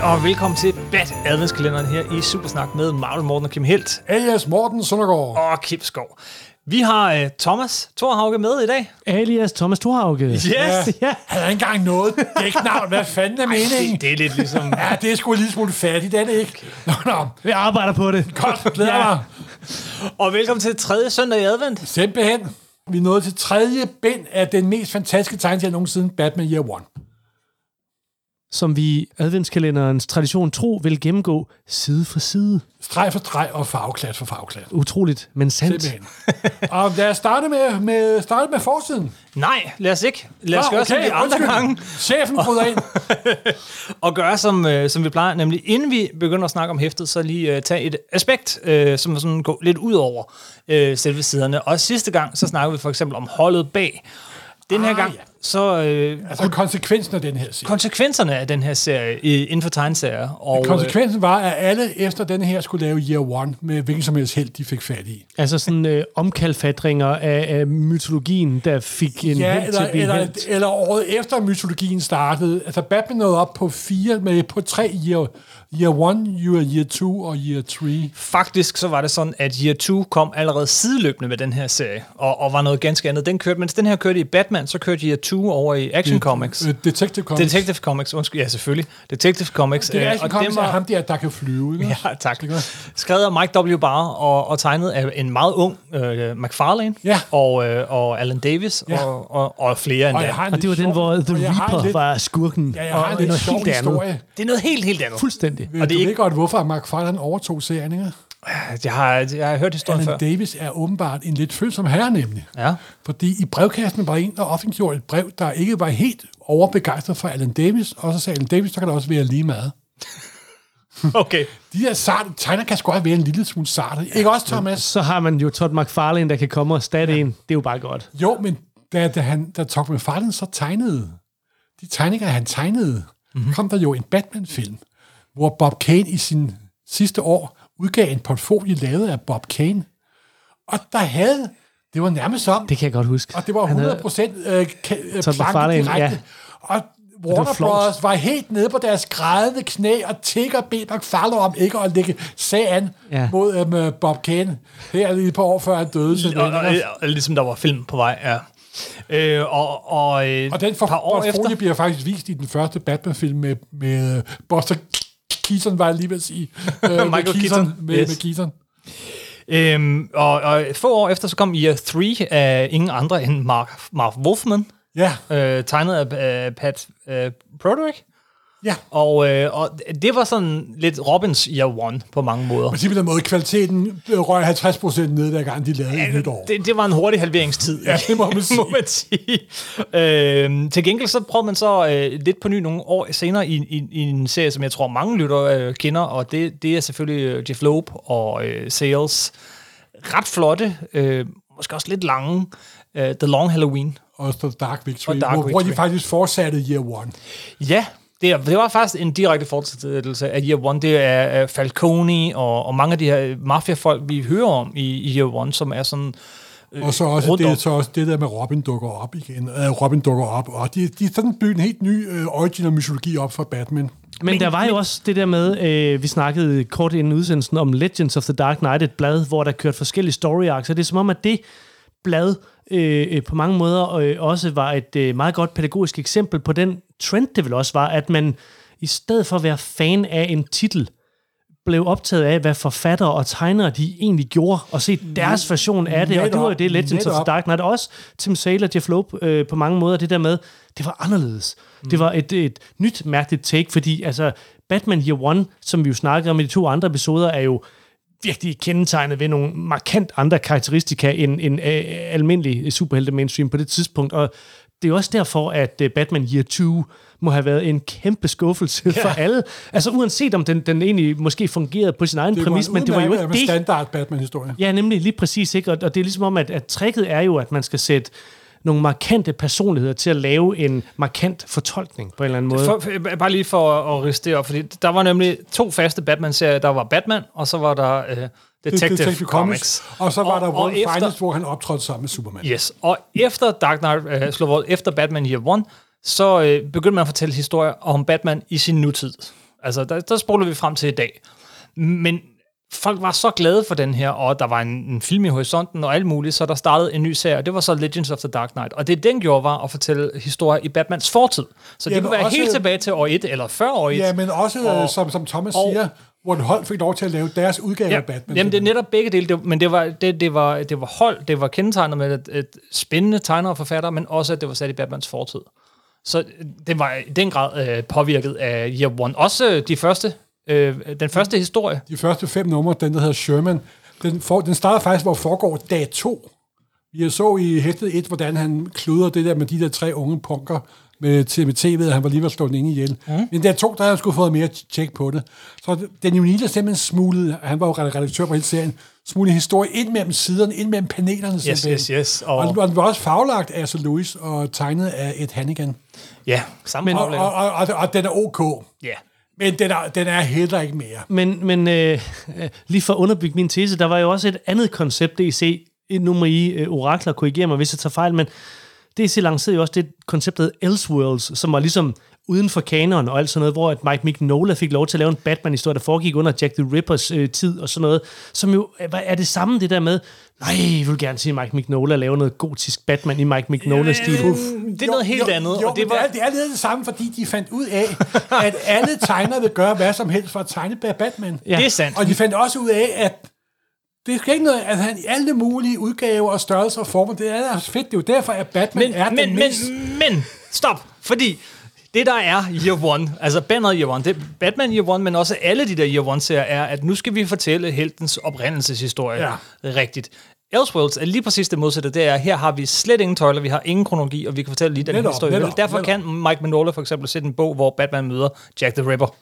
og velkommen til Bat Adventskalenderen her i Supersnak med Marvel Morten og Kim Helt. Alias Morten Søndergaard. Og Kim Skov. Vi har Thomas Thorhauge med i dag. Alias Thomas Thorhauge. Yes! Ja. Havde han engang noget dæknavn? Hvad fanden er meningen? Det er lidt ligesom... Ja, det er sgu lige smule fattigt, den ikke? Nå. Vi arbejder på det. Godt, glæder mig. Og velkommen til 3. søndag i advent. Simpelthen. Vi er nået til 3. bind af den mest fantastiske tegneserie nogensinde, Batman Year One. Som vi adventskalenderens tradition tro vil gennemgå side for side. Streg for streg og farveklat for farveklat. Utroligt, men sandt. Simpelthen. Og lad os starte med forsiden. Nej, lad os ikke. Lad os gøre som de andre gange. Chefen bryder ind. Og gøre som vi plejer. Nemlig inden vi begynder at snakke om hæftet, så lige tage et aspekt, som sådan går lidt ud over selve siderne. Og sidste gang, så snakker vi for eksempel om holdet bag. Den her gang, så... altså konsekvensen af den her serie. Konsekvenserne af den her serie inden for tegneserier. Og konsekvensen var, at alle efter den her skulle lave Year One med hvilken som helst held, de fik fat i. Altså sådan omkalfatringer af mytologien, der fik en held til at blive held. Eller året efter mytologien startede. Altså Batman nåede op på 3 Year One, Year 2 og Year 3. Faktisk så var det sådan, at Year 2 kom allerede sideløbende med den her serie, og var noget ganske andet. Den kørte, mens den her kørte i Batman, så kørte Year 2 over i Action Comics. Detective Comics, undskyld, ja selvfølgelig. Detective Comics. Det er Action Comics, ham der kan flyve. Ikke? Ja, tak. Skrevet af Mike W. Barr og tegnet af en meget ung McFarlane og Alan Davis og flere endda. Og det var den, hvor The Reaper var skurken. Ja, jeg har en lidt sjov historie. Det er noget helt andet. Fuldstændig. Og det er ikke godt, hvorfor McFarlane overtog serien, ikke? Jeg har hørt historien før. Alan Davis er åbenbart en lidt følsom herre, nemlig. Ja. Fordi i brevkassen var en, der offentliggjorde et brev, der ikke var helt overbegejstret for Alan Davis, og så sagde Alan Davis, så kan der også være lige meget. Okay. De der sarte tegner kan sgu også være en lille smule sarte. Ikke også, Thomas? Så har man jo Todd McFarlane, der kan komme og statte en. Det er jo bare godt. Jo, men da Todd McFarlane så tegnede, de tegninger, han tegnede, kom der jo en Batman-film, hvor Bob Kane i sin sidste år udgav en portfolio lavet af Bob Kane. Og det var nærmest om. Det kan jeg godt huske. Og det var 100% planket direkte. Ja. Og Warner Bros. Var helt nede på deres grædende knæ og tigger bedt McFarlane om ikke at lægge sag an mod Bob Kane. Her lige et par år før han døde. Og ligesom der var film på vej, ja. Og den portfolio bliver faktisk vist i den første Batman-film med Buster Keaton, var jeg lige ved at sige. Michael Keaton. Med Keaton. Og få år efter, så kom Year 3 af ingen andre end Marv Wolfman. Ja. Tegnet af Pat Broderick. Ja. Og det var sådan lidt Robins Year One på mange måder. Men på den måde, kvaliteten røg 50% ned, hver gang de lavede et nyt år. Det var en hurtig halveringstid. Ja, det må man sige. Til gengæld så prøvede man så lidt på ny nogle år senere i en serie, som jeg tror mange lytter kender, og det er selvfølgelig Jeff Loeb og Sales. Ret flotte, måske også lidt lange, The Long Halloween. Og The Dark Victory, hvor de faktisk fortsatte Year One. Ja, det var faktisk en direkte fortsættelse af Year One. Det er Falcone og mange af de her mafiafolk, vi hører om i Year One, som er sådan... og så også det der med Robin dukker op igen. Robin dukker op, og de sådan bygget en helt ny original mytologi op for Batman. Men der var jo også det der med, vi snakkede kort inden udsendelsen om Legends of the Dark Knight, et blad, hvor der kørte forskellige story arcs, og det er som om, at det blad på mange måder også var et meget godt pædagogisk eksempel på den trend, det vel også var, at man i stedet for at være fan af en titel, blev optaget af, hvad forfattere og tegnere de egentlig gjorde, og se deres version af det, og det var jo det Legends of the Dark Knight, også Tim Sale og Jeff Loeb på mange måder, det der med, det var anderledes. Det var et nyt mærkeligt take, fordi altså Batman Year One, som vi jo snakkede om i de 2 andre episoder, er jo virkelig kendetegnet ved nogle markant andre karakteristika end almindelig superhelte mainstream på det tidspunkt, og det er også derfor, at Batman Year 2 må have været en kæmpe skuffelse for alle. Altså uanset om den egentlig måske fungerede på sin egen præmis, men det var jo ikke det. Standard Batman-historie. Ja, nemlig lige præcis, ikke? Og det er ligesom om, at tricket er jo, at man skal sætte nogle markante personligheder til at lave en markant fortolkning på en eller anden måde. Bare lige for at riste op, fordi der var nemlig 2 faste Batman-serier. Der var Batman, og så var der Detective Comics. Og så var der World Finest, hvor han optrådte sammen med Superman. Yes, og efter Dark Knight, efter Batman Year One, så begyndte man at fortælle historier om Batman i sin nutid. Altså, der spoler vi frem til i dag. Men folk var så glade for den her, og der var en film i horisonten og alt muligt, så der startede en ny serie, og det var så Legends of the Dark Knight. Og det den gjorde, var at fortælle historier i Batmans fortid. Så det kunne være også, helt tilbage til år 1 eller før år 1. Ja, men også, som Thomas siger, hvor et hold fik lov til at lave deres udgave af Batman. Jamen, det er netop begge dele, men det var hold, det var kendetegnet med et spændende tegner og forfatter, men også, at det var sat i Batmans fortid. Så det var i den grad påvirket af Year One. Også den første historie. De første 5 numre, den der hedder Sherman, den starter faktisk, hvor foregår dag 2. Vi så i hæftet 1, hvordan han kluder det der med de der 3 unge punker med tv'et, og han var lige ved at slå den inde ihjel. Men dag 2, der havde han skulle fået mere tjek på det. Så Danny O'Neill simpelthen smuglede, han var jo redaktør på hele serien, smuglede historie ind mellem siderne, ind mellem panelerne. Yes. Og den var også faglagt af Arthur Lewis og tegnet af Ed Hannigan. Ja, samme og den er ok. Ja. Men den er heller ikke mere. Men lige for at underbygge min tese, der var jo også et andet koncept, DC. Nu må I orakler korrigere mig, hvis jeg tager fejl, men DC lancerede jo også det koncept, der hedder Elseworlds, som var ligesom uden for kanon og alt sådan noget, hvor at Mike Mignola fik lov til at lave en Batman-historie, der foregik under Jack the Rippers tid og sådan noget, som jo er det samme det der med, nej, jeg vil gerne se Mike Mignola lave noget gotisk Batman i Mike Mignola-stil. Det er noget helt andet. Og det er lidt det samme, fordi de fandt ud af, at alle tegnere vil gøre hvad som helst for at tegne Batman. Ja. Det er sandt. Og de fandt også ud af, at det skal ikke noget, at han i alle mulige udgaver og størrelser og former, det er fedt. Det er jo derfor, at Batman er den mest... Men, stop! Fordi det, der er Year One, altså bandet Year One, det er Batman Year One, men også alle de der Year One-serier, er, at nu skal vi fortælle heltens oprindelseshistorie rigtigt. Elseworlds er lige præcis det modsatte. Det er, her har vi slet ingen tøjler, vi har ingen kronologi, og vi kan fortælle lige den historie. Derfor kan Mike Mignola for eksempel sætte en bog, hvor Batman møder Jack the Ripper.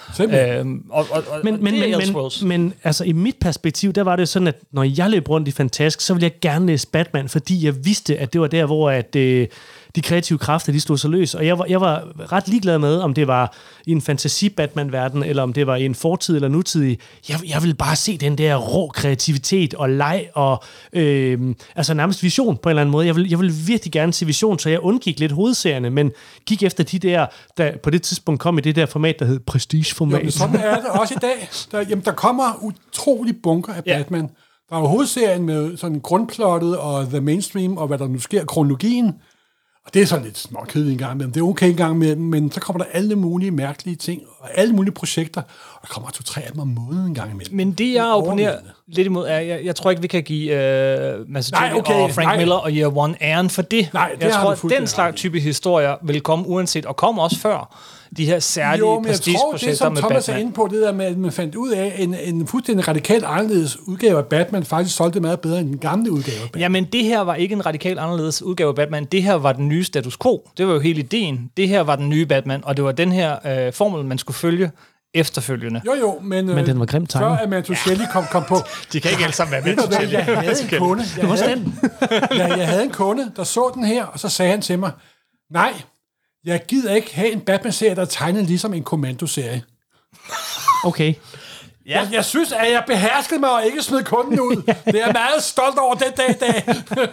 Men altså i mit perspektiv, der var det sådan, at når jeg løb rundt i Fantastisk, så ville jeg gerne læse Batman, fordi jeg vidste, at det var der, hvor at, de kreative kræfter, de stod så løs. Og jeg var ret ligeglad med, om det var i en fantasi-Batman-verden, eller om det var i en fortid eller nutidig. Jeg ville bare se den der rå kreativitet og leg, og altså nærmest vision på en eller anden måde. Jeg ville virkelig gerne se vision, så jeg undgik lidt hovedserierne, men gik efter de der på det tidspunkt kom i det der format, der hed Prestige-format. Jo, men sådan er det også i dag. Der kommer utrolig bunker af Batman. Der er jo hovedserien med sådan grundplottet og the mainstream, og hvad der nu sker, kronologien. Og det er sådan lidt småkedeligt en gang imellem. Det er okay en gang imellem, men så kommer der alle mulige mærkelige ting, og alle mulige projekter, og der kommer 2-3 af dem om måneden en gang imellem. Men det, jeg opponerer lidt imod, er, jeg tror ikke, vi kan give og Frank Miller og Year One æren for det. Nej, det jeg tror, at den slags type historier vil komme uanset, og komme også før de her særlige prestigeprojekter med Batman. Det, som Thomas er inde på, det der med, at man fandt ud af, en fuldstændig radikalt anderledes udgave af Batman faktisk solgte meget bedre end den gamle udgave af Batman. Jamen, det her var ikke en radikalt anderledes udgave af Batman. Det her var den nye status quo. Det var jo hele ideen. Det her var den nye Batman, og det var den her formel, man skulle følge efterfølgende. Jo, men den var grimt tegnet. Før Mantucelli kom på... De kan ikke alle sammen være Mantucelli. Jeg havde en kunde, der så den her, og så sagde han til mig, nej, jeg gider ikke have en Batman-serie, der er tegnet ligesom en Commando-serie. Okay. Ja. Jeg synes, at jeg beherskede mig og ikke smed kunden ud. Det er jeg meget stolt over den dag i dag.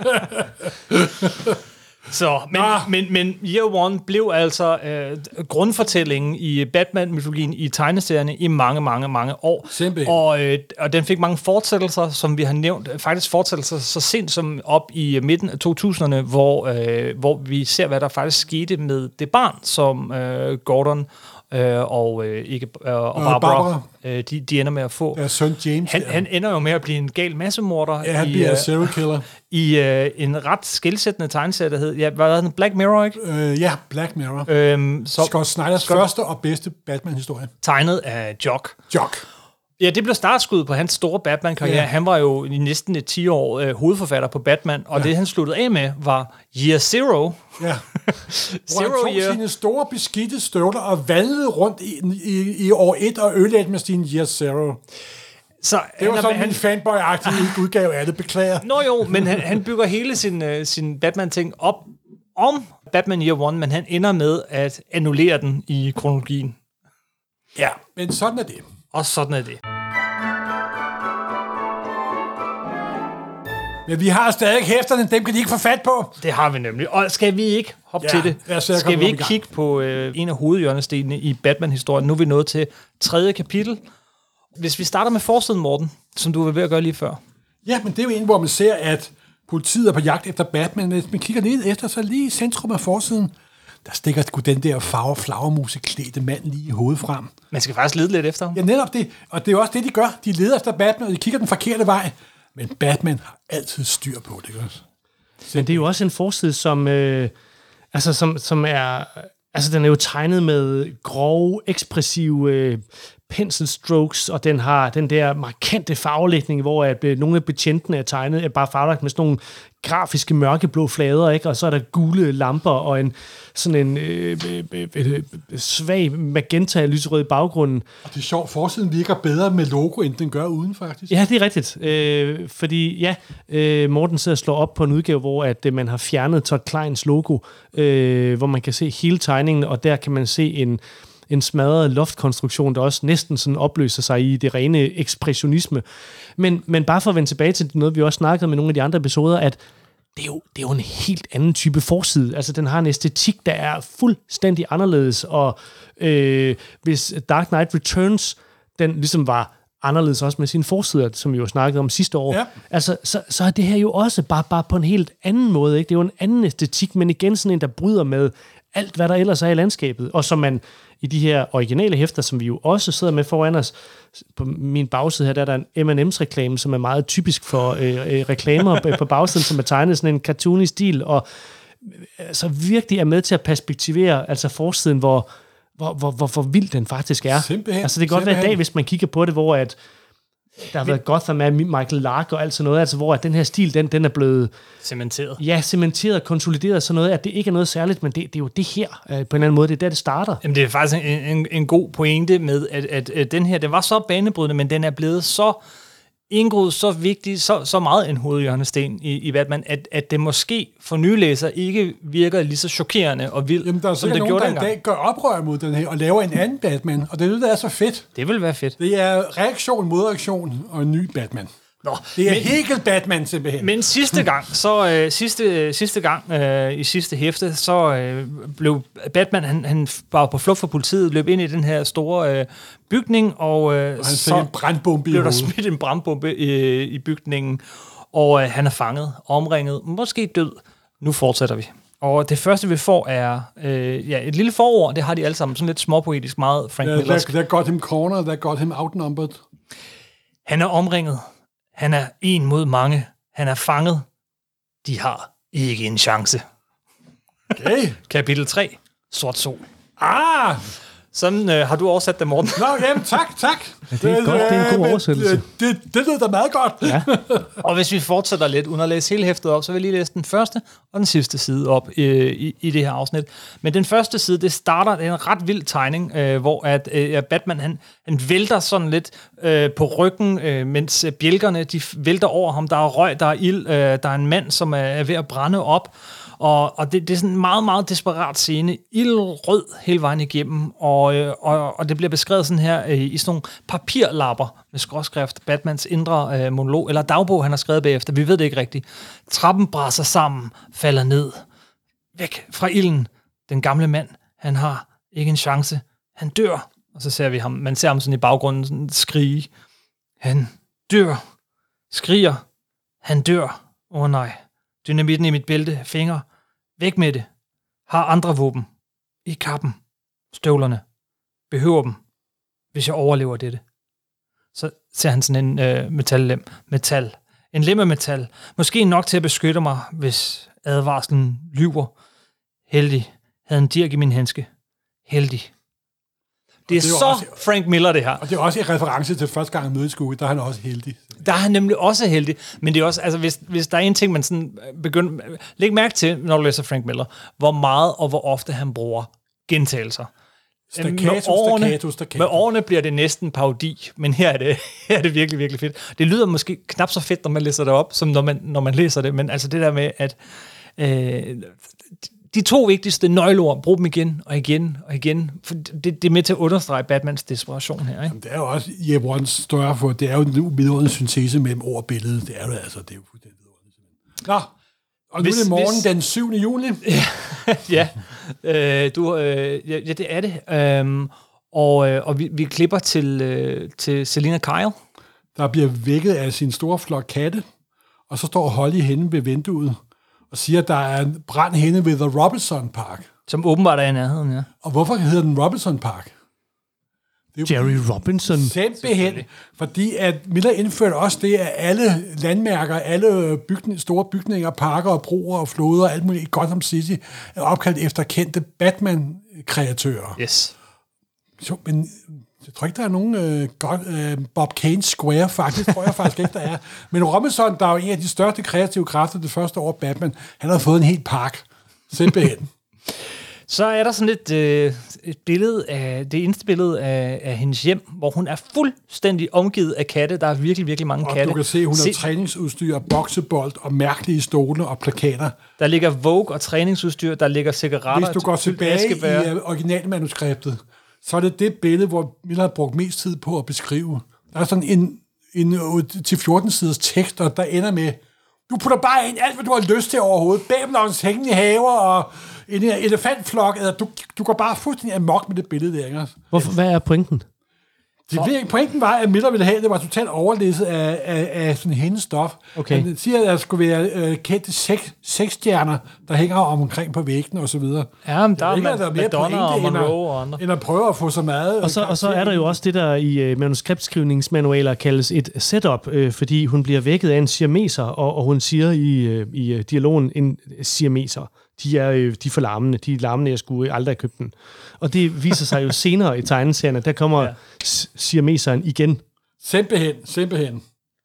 Så, men Year One blev altså grundfortællingen i Batman-mytologien i tegneserierne i mange, mange, mange år. Og den fik mange fortsættelser, som vi har nævnt. Faktisk fortsættelser så sent som op i midten af 2000'erne, hvor vi ser, hvad der faktisk skete med det barn, som Gordon og Barbara de ender med at få. Deres søn James. Han ender jo med at blive en gal massemorder. Ja, han bliver serial killer. I en ret skelsættende tegneserie, der hed, hvad var det, Black Mirror, ikke? Ja, Black Mirror. Scott Snyders første og bedste Batman-historie. Tegnet af Jock. Jock. Ja, det blev startskuddet på hans store Batman-karriere. Ja. Han var jo i næsten 10 år hovedforfatter på Batman, og det han sluttede af med var Year Zero. Ja. Hvor han tog sine store beskidte støvler og valgede rundt i år 1 og ødelagde med sin Year Zero. Så det var sådan en fanboy-agtig udgave af det, beklager. Nå jo, men han bygger hele sin Batman-ting op om Batman Year One, men han ender med at annullere den i kronologien. Ja, men sådan er det. Og sådan er det. Men vi har stadig hæfterne, dem kan de ikke få fat på. Det har vi nemlig. Og skal vi ikke hoppe til det? Skal vi ikke kigge på en af hovedhjørnestenene i Batman-historien? Nu er vi nået til 3. kapitel. Hvis vi starter med forsiden, Morten, som du var ved at gøre lige før. Ja, men det er jo en, hvor man ser, at politiet er på jagt efter Batman. Hvis man kigger ned efter, så lige i centrum af forsiden, der stikker sgu den der flagermuseklædte mand lige i hovedet frem. Man skal faktisk lede lidt efter ham. Ja, netop det. Og det er jo også det, de gør. De leder efter Batman, og de kigger den forkerte vej. Men Batman har altid styr på det, også? Men det er jo også en forside, som er... Altså, den er jo tegnet med grove, ekspressive penselstrokes, og den har den der markante farvelægning, hvor nogle af betjentene er tegnet, er bare farvelagt med sådan nogle grafiske mørkeblå flader, ikke? Og så er der gule lamper og sådan en svag magenta lyserød i baggrunden. Og det er sjovt, forsiden virker bedre med logo, end den gør uden, faktisk. Ja, det er rigtigt. Fordi, Morten sidder og slår op på en udgave, hvor at man har fjernet Todd Kleins logo, hvor man kan se hele tegningen, og der kan man se en smadret loftkonstruktion, der også næsten sådan opløser sig i det rene ekspressionisme. Men bare for at vende tilbage til noget, vi også snakkede med nogle af de andre episoder, at det er jo en helt anden type forside. Altså, den har en æstetik, der er fuldstændig anderledes, og hvis Dark Knight Returns, den ligesom var anderledes også med sine forsider, som vi jo snakkede om sidste år, altså, så er det her jo også bare på en helt anden måde, ikke? Det er jo en anden æstetik, men igen sådan en, der bryder med alt, hvad der ellers er i landskabet, og som man i de her originale hæfter, som vi jo også sidder med foran os. På min bagside her, der er der en M&M's-reklame, som er meget typisk for reklamer på bagsiden, som er tegnet sådan en cartoony stil, og så virkelig er med til at perspektivere altså forsiden, hvor vild den faktisk er. Simpelthen. Altså det kan godt være i dag, hvis man kigger på det, hvor at der har været Gotham af Michael Lark og alt sådan noget, altså hvor at den her stil, den er blevet cementeret. Ja, cementeret, konsolideret, sådan noget, at det ikke er noget særligt, men det er jo det her, på en eller anden måde, det er der, det starter. Jamen, det er faktisk en god pointe med, at den her, den var så banebrydende, men den er blevet så indgroet, så vigtig, så meget en hovedhjørnesten i Batman, at det måske for nye læsere ikke virker lige så chokerende og vildt, jamen, der er som det nogen, gjorde der dengang. i dag gør oprør mod den her, og laver en anden Batman, og det er det, der er så fedt. Det vil være fedt. Det er reaktion, modreaktion og en ny Batman. Nå, det er Hegel Batman simpelthen. Men sidste gang, i sidste hæfte, så blev Batman, han var på flugt fra politiet, løb ind i den her store bygning, og han fik en brandbombe blev der smidt en brandbombe i bygningen, og han er fanget, omringet, måske død. Nu fortsætter vi. Og det første, vi får, er et lille forord. Det har de alle sammen. Sådan lidt småpoetisk, meget Frank Millersk. That got him cornered, that got him outnumbered. Han er omringet. Han er en mod mange. Han er fanget. De har ikke en chance. Okay. Kapitel 3. Sort sol. Sådan har du oversat det, Morten. Nå, jamen, tak. Ja, det er godt, det er en god oversættelse. Det lyder da meget godt. Ja. Og hvis vi fortsætter lidt, uden at læse hele hæftet op, så vil jeg lige læse den første og den sidste side op i det her afsnit. Men den første side, det starter, det er en ret vild tegning, hvor at Batman, han vælter sådan lidt på ryggen, mens bjælkerne, de vælter over ham. Der er røg, der er ild, der er en mand, som er ved at brænde op. Og det er sådan en meget, meget desperat scene. Ildrød hele vejen igennem, og det bliver beskrevet sådan her i sådan nogle papirlapper med skråskrift, Batmans indre monolog, eller dagbog, han har skrevet bagefter. Vi ved det ikke rigtigt. Trappen braser sammen, falder ned. Væk fra ilden. Den gamle mand, han har ikke en chance. Han dør. Og så ser vi ham, man ser ham sådan i baggrunden sådan skrige. Han dør. Skriger. Han dør. Nej. Dynamitten i mit bælte, fingre. Væk med det. Har andre våben. I kappen. Støvlerne. Behøver dem. Hvis jeg overlever dette. Så ser han sådan en metallem. Metal. En lem af metal. Måske nok til at beskytte mig, hvis advarslen lyver. Heldig. Havde en dirk i min handske. Heldig. Det er så også Frank Miller, det her. Og det er også en reference til første gang, han mødte Skugge, der er han også heldig. Der er han nemlig også heldig, men det er også, altså hvis der er en ting, man sådan begynder... Læg mærke til, når du læser Frank Miller, hvor meget og hvor ofte han bruger gentagelser. Staccato. Med årene bliver det næsten parodi, men her er det virkelig, virkelig fedt. Det lyder måske knap så fedt, når man læser det op, som når man læser det, men altså det der med, at de to vigtigste nøgleord, brug dem igen og igen og igen, for det er med til at understrege Batmans desperation her, ikke? Jamen, det er jo også Jeb Ones større for, det er jo en vidunderlig syntese mellem ord og billede, det er jo altså, det er jo fuldstændig vidunderligt. Nå, og nu er det morgen den 7. juli. Ja, det er det. Og vi klipper til Selina Kyle. Der bliver vækket af sin store flok katte, og så står Holly henne ved vinduet og siger, at der er en brand henne ved The Robinson Park. Som åbenbart er i nærheden, ja. Og hvorfor hedder den Robinson Park? Jerry Robinson. Simpelthen, fordi at Miller indførte også det, at alle landmærker, alle store bygninger, parker og broer og floder og alt muligt i Gotham City er opkaldt efter kendte Batman-kreatører. Yes. Så, men jeg tror ikke, der er nogen Bob Kane Square, faktisk. Tror jeg faktisk ikke, der er. Men Robinson, der er jo en af de største kreative kræfter det første år Batman, han har fået en hel park. Simpelthen. Så er der sådan et billede af, det eneste billede af hendes hjem, hvor hun er fuldstændig omgivet af katte. Der er virkelig, virkelig mange katte. Og du kan se, hun har træningsudstyr, boksebold og mærkelige stole og plakater. Der ligger Vogue og træningsudstyr, der ligger cigaretter. Hvis du går tilbage i originalmanuskriptet, så er det billede, hvor Miller har brugt mest tid på at beskrive. Der er sådan en til 14 siders tekst, og der ender med, du putter bare ind alt, hvad du har lyst til overhovedet. Babylons hængende haver og en elefantflok. Du går bare fuldstændig amok med det billede der, ikke? Hvad er pointen? Pointen var, at Miller ville have, det var totalt overlæsset af sådan hendes stof. Okay. Han siger, at der skulle være kendte sexstjerner, der hænger omkring på væggen og så videre. Ja, men der er Madonna og Monroe og andre. End at prøve at få så meget. Og så er der jo også det, der i manuskriptskrivningsmanualer kaldes et setup, fordi hun bliver vækket af en siameser, og hun siger i dialogen en siameser. De er for larmende. De er larmende, jeg skulle aldrig have købt den. Og det viser sig jo senere i tegneserierne. Der kommer siameseren igen. Simpelthen.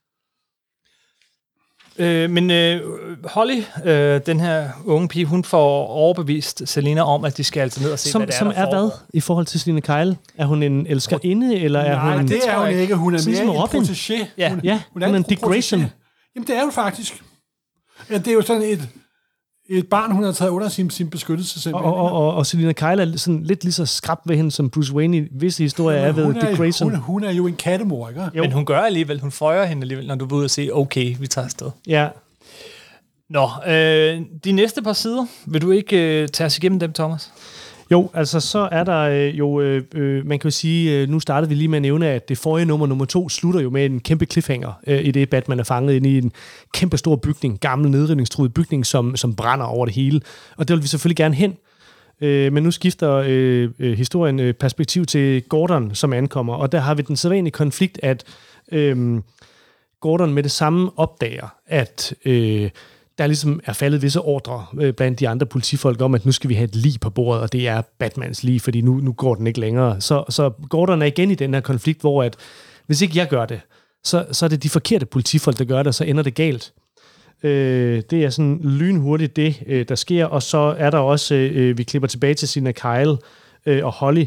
Men Holly, den her unge pige, hun får overbevist Selina om, at de skal altså ned og se, hvad det er, som er hvad i forhold til Selina Kyle? Er hun en elskerinde, eller er hun... Nej, det er hun ikke. Hun er mere en protégé. Ja, hun er en Dick Grayson. Jamen, det er hun faktisk. Ja, det er jo sådan et barn, hun har taget under sin beskyttelse. Og Selina Kyle er sådan lidt lige så skrab ved hende, som Bruce Wayne i visse historier er ved Dick Grayson. Hun er jo en kattemor, ikke? Jo. Men hun gør alligevel, hun føjer hende alligevel, når du vil ud og se, okay, vi tager afsted. Ja. Nå, de næste par sider, vil du ikke tage os igennem dem, Thomas? Jo, altså så er der man kan jo sige, nu startede vi lige med at nævne, at det forrige nummer 2 slutter jo med en kæmpe cliffhanger, i det Batman er fanget inde i en kæmpe stor bygning, gammel nedrivningstruet bygning, som brænder over det hele. Og det vil vi selvfølgelig gerne hen. Men nu skifter historien perspektiv til Gordon, som ankommer, og der har vi den sædvanlige konflikt, at Gordon med det samme opdager, at der ligesom er faldet visse ordre blandt de andre politifolk om, at nu skal vi have et lig på bordet, og det er Batmans lig, fordi nu går den ikke længere. Så Gordon er igen i den her konflikt, hvor at, hvis ikke jeg gør det, så er det de forkerte politifolk, der gør det, og så ender det galt. Det er sådan lynhurtigt det, der sker, og så er der også, vi klipper tilbage til Selina Kyle og Holly.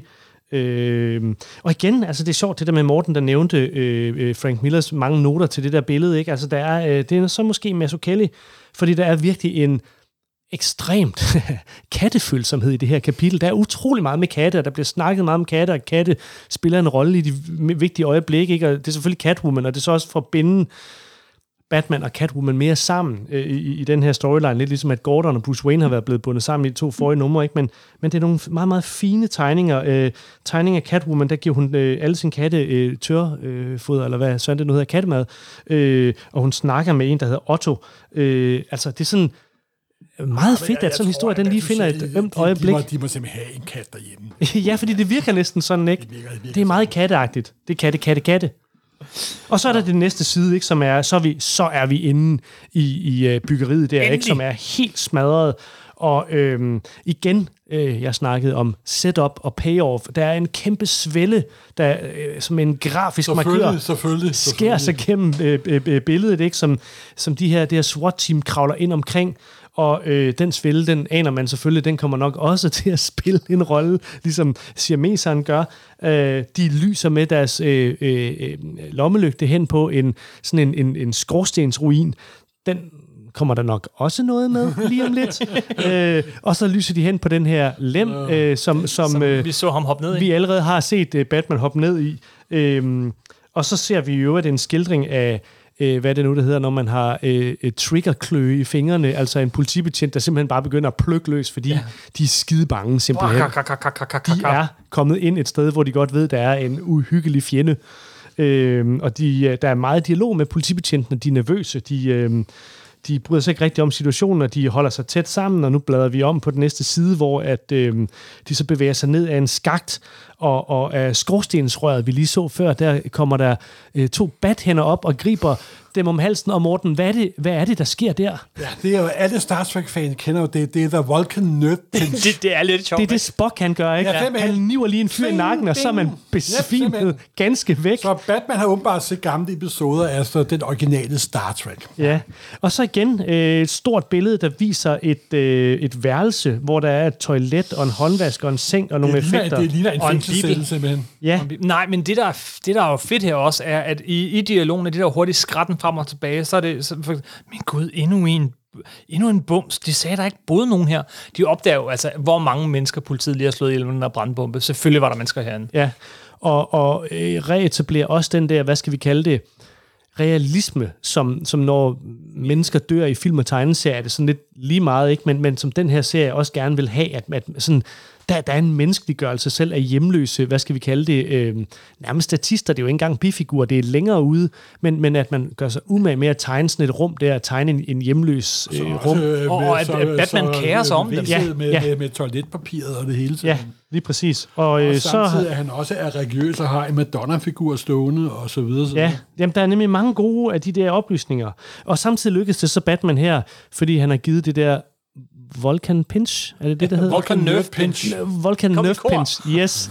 Og igen, altså det er sjovt, det der med Morten, der nævnte Frank Millers mange noter til det der billede, ikke? Altså det er så måske Mazzucchelli, fordi der er virkelig en ekstremt kattefølsomhed i det her kapitel. Der er utrolig meget med katte, og der bliver snakket meget om katte, og katte spiller en rolle i de vigtige øjeblikke, ikke? Og det er selvfølgelig Catwoman, og det er så også for at binde Batman og Catwoman mere sammen i den her storyline, lidt ligesom at Gordon og Bruce Wayne har været blevet bundet sammen i de 2 forrige numre, ikke? Men det er nogle meget, meget fine tegninger. Tegning af Catwoman, der giver hun alle sine katte tørfoder, eller hvad sådan det nu hedder, kattemad, og hun snakker med en, der hedder Otto. Altså, det er sådan meget fedt, at sådan en historie, den lige finder et ømt øjeblik. De må simpelthen have en kat derhjemme. Ja, fordi det virker næsten sådan, ikke? Det er meget katteagtigt. Det er katte. Og så er der det næste side, ikke, som er, så er vi inde i byggeriet der, ikke, som er helt smadret. Og igen, jeg snakkede om setup og payoff. Der er en kæmpe svælde, der som en grafisk markør skærer sig gennem billedet, ikke, som det her SWAT-team kravler ind omkring. Og den svælde, den aner man selvfølgelig, den kommer nok også til at spille en rolle, ligesom siameseren gør. De lyser med deres lommelygte hen på en skorstensruin. Den kommer der nok også noget med lige om lidt. Og så lyser de hen på den her lem, som vi så ham hoppe ned i. Vi allerede har set Batman hoppe ned i. Og så ser vi jo, at det er en skildring af hvad det nu, det hedder, når man har triggerkløe i fingrene, altså en politibetjent, der simpelthen bare begynder at plukke løs, fordi de er skide bange simpelthen. De er kommet ind et sted, hvor de godt ved, der er en uhyggelig fjende. Og der er meget dialog med politibetjentene, de er nervøse, de bryder sig ikke rigtig om situationen, og de holder sig tæt sammen, og nu bladrer vi om på den næste side, hvor at, de så bevæger sig ned af en skakt, og af skorstensrøret, vi lige så før, der kommer der 2 bathænder op og griber dem om halsen. Og Morten, hvad er det, der sker der? Ja, det er jo alle Star Trek-fans kender jo det. Det er The Vulcan Nerd Pinch. det er lidt sjovt. Det er det Spock, han gør, ikke? Ja, han niver lige en fyr i nakken, og så er man besvimet ganske væk. Så Batman har åbenbart set gamle episoder af altså den originale Star Trek. Ja, og så igen et stort billede, der viser et værelse, hvor der er et toilet og en håndvask og en seng og nogle effekter. Det ligner en fængselscelle, simpelthen. Ja. Nej, men det der er jo fedt her også, er, at i dialogen, det der hurtigt skratten frem og tilbage, så er det, min gud, endnu en bums. De sagde, der ikke boede nogen her. De opdager jo, altså, hvor mange mennesker politiet lige har slået ihjel med den der brandbombe. Selvfølgelig var der mennesker herinde. Ja, og reetablerer også den der, hvad skal vi kalde det, realisme, som når mennesker dør i film og tegneserier, er det sådan lidt lige meget, ikke? Men som den her serie også gerne vil have, at sådan, der er en menneskeliggørelse selv af hjemløse, hvad skal vi kalde det, nærmest statister, det er jo ikke engang bifigurer, det er længere ude, men at man gør sig umage med at tegne sådan et rum der, at tegne en hjemløs rum. Og at Batman kærer sig om dem. Med toiletpapiret og det hele tiden. Ja, lige præcis. Og samtidig er han også religiøs og har en Madonna-figur stående og så videre. Ja, jamen, der er nemlig mange gode af de der oplysninger. Og samtidig lykkes det så Batman her, fordi han har givet det der Vulcan Pinch, er det der hedder? Vulcan Nerve Pinch. Vulcan Nerve Pinch, yes.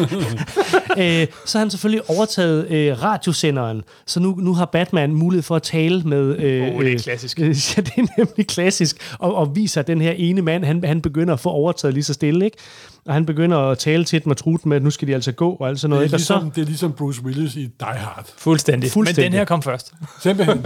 Så har han selvfølgelig overtaget radiosenderen, så nu har Batman mulighed for at tale med... det er klassisk. Ja, det er nemlig klassisk, og viser den her ene mand, han begynder at få overtaget lige så stille, ikke? Og han begynder at tale til dem og true dem med, at nu skal de altså gå, og alt sådan noget. Det er ligesom Bruce Willis i Die Hard. Fuldstændig. Men den her kom først. Simpelthen.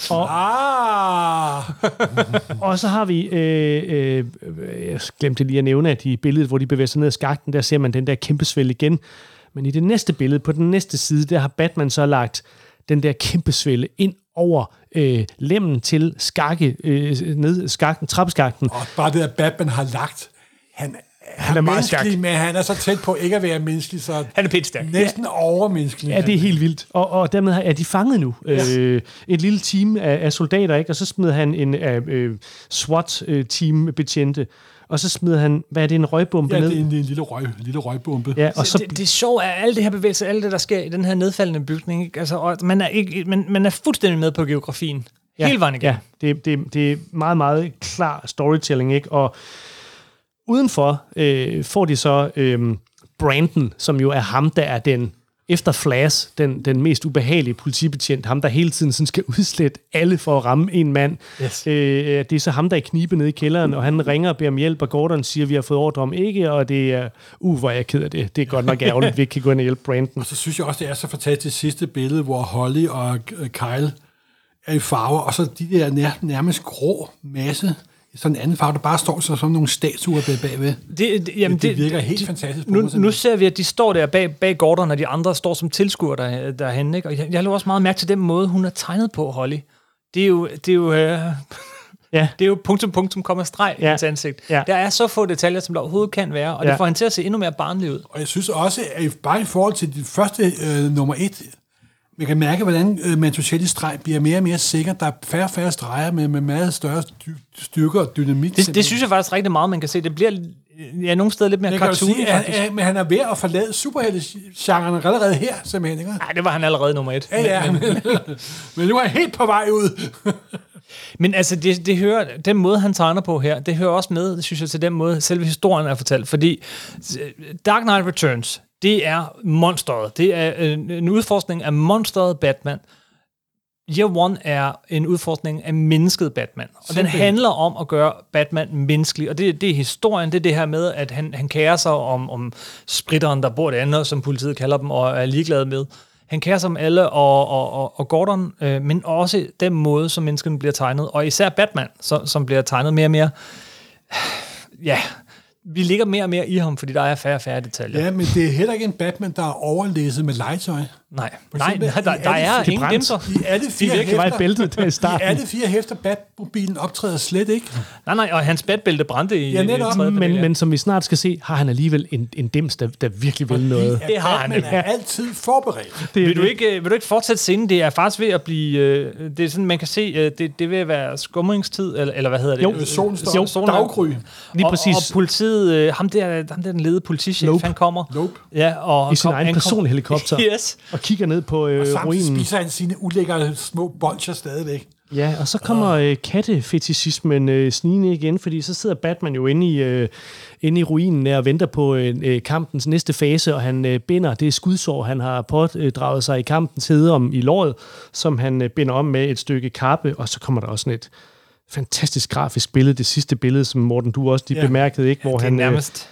Og så har vi, jeg glemte lige at nævne, at i billedet, hvor de bevæger sig ned ad skakten, der ser man den der kæmpe svælg igen. Men i det næste billede, på den næste side, der har Batman så lagt den der kæmpe svælge ind over lemmen til ned skakten, trappeskakten. Og bare det, at Batman har lagt, han er meget menneskelig, men han er så tæt på ikke at være menneskelig, så han er pænt stærk. Næsten overmenneskelig. Ja, det er helt vildt. Og dermed er de fanget nu. Et lille team af soldater, ikke? Og så smider han en SWAT-team betjente. Og så smider han, hvad er det, en røgbombe ned? Ja, det er en lille røgbombe. Ja, og så det er sjovt, at alle det her bevægelse, alt det, der sker i den her nedfaldende bygning, ikke? Altså, og man er fuldstændig med på geografien. Hele vejen igen. Ja, det er meget, meget klar storytelling, ikke? Og udenfor får de så Brandon, som jo er ham, der er den, efter Flash, den mest ubehagelige politibetjent, ham, der hele tiden sådan skal udslette alle for at ramme en mand. Yes. Det er så ham, der er i knibe nede i kælderen, og han ringer og beder om hjælp, og Gordon siger, at vi har fået ordre om ikke, og det er, hvor jeg er ked af det. Det er godt nok ærgerligt, at vi ikke kan gå ind og hjælpe Brandon. Og så synes jeg også, det er så fantastisk sidste billede, hvor Holly og Kyle er i farver, og så de der nærmest grå masse, sådan en anden farve, der bare står sådan nogle statuer bagved. Det virker helt fantastisk. Nu ser vi, at de står der bag Gordon, og de andre står som tilskuere derhen, ikke? Og jeg lå også meget mærke til den måde, hun er tegnet på, Holly. Det er jo punktum, komma streg i hans ansigt. Ja. Der er så få detaljer, som der overhovedet kan være, og det får han til at se endnu mere barnlig ud. Og jeg synes også, at bare i forhold til det første nummer 1, man kan mærke, hvordan Mantuchellis streg bliver mere og mere sikker. Der er færre og færre streger med meget større styrke og dynamik. Det synes jeg faktisk rigtig meget, man kan se. Det bliver nogle steder lidt mere cartoony. Men han er ved at forlade superhelte-genren allerede her, simpelthen. Ikke? Nej, det var han allerede nummer 1. Ja. Men nu er han helt på vej ud. Men altså, det hører, den måde, han tegner på her, det hører også med, synes jeg, til den måde, selve historien er fortalt. Fordi Dark Knight Returns, det er monsteret. Det er en udforskning af monsteret Batman. Year One er en udforskning af mennesket Batman. Og den handler om at gøre Batman menneskelig. Og det er historien, det er det her med, at han kærer sig om spritteren, der bor det andet, som politiet kalder dem, og er ligeglad med. Han kærer sig om alle, og Gordon, men også den måde, som menneskene bliver tegnet. Og især Batman, som bliver tegnet mere og mere... Ja... Vi ligger mere og mere i ham, fordi der er færre og færre detaljer. Ja, men det er heller ikke en Batman, der er overlæsset med legetøj. Nej, eksempel, der er ingen brændt. dimser. I alle fire virkelig var i hæfter, bæltet der i i starten. alle 4 hæfter Batmobilen optræder slet ikke. Nej, og hans batbælte brændte i Ja, netop. tredje panel, ja. Men som vi snart skal se, har han alligevel en dims, der virkelig vil noget. Det har han. Batman er altid forberedt. Vil du ikke fortsætte scenen? Det er faktisk ved at blive... det er sådan, man kan se, det vil være skumringstid, eller hvad hedder det? Jo. Solen står solen er- daggry. Lige præcis. Og politiet, ham der den ledede politichef, Nope. han kommer. Nope. Ja, og I sin egen personlige helikopter. Yes. Og kigger ned på Og samtidig ruinen. spiser han sine ulækkere små bolcher stadigvæk. Ja, og så kommer kattefetishismen snigende igen, fordi så sidder Batman jo inde i ruinen der og venter på kampens næste fase, og han binder det skudsår, han har pådraget sig i kampens hede om i låret, som han binder om med et stykke kappe, og så kommer der også sådan et fantastisk grafisk billede, det sidste billede, som Morten, du også lige bemærkede, ikke? Hvor det er nærmest...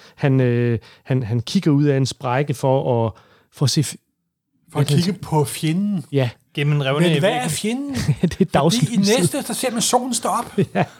han kigger ud af en sprække for at se... For at kigge på fjenden. Ja, Gennem en revne Men i hvad er væggen. fjenden? det er Fordi i dagslyset. næste, der ser man solen stå op. Det er,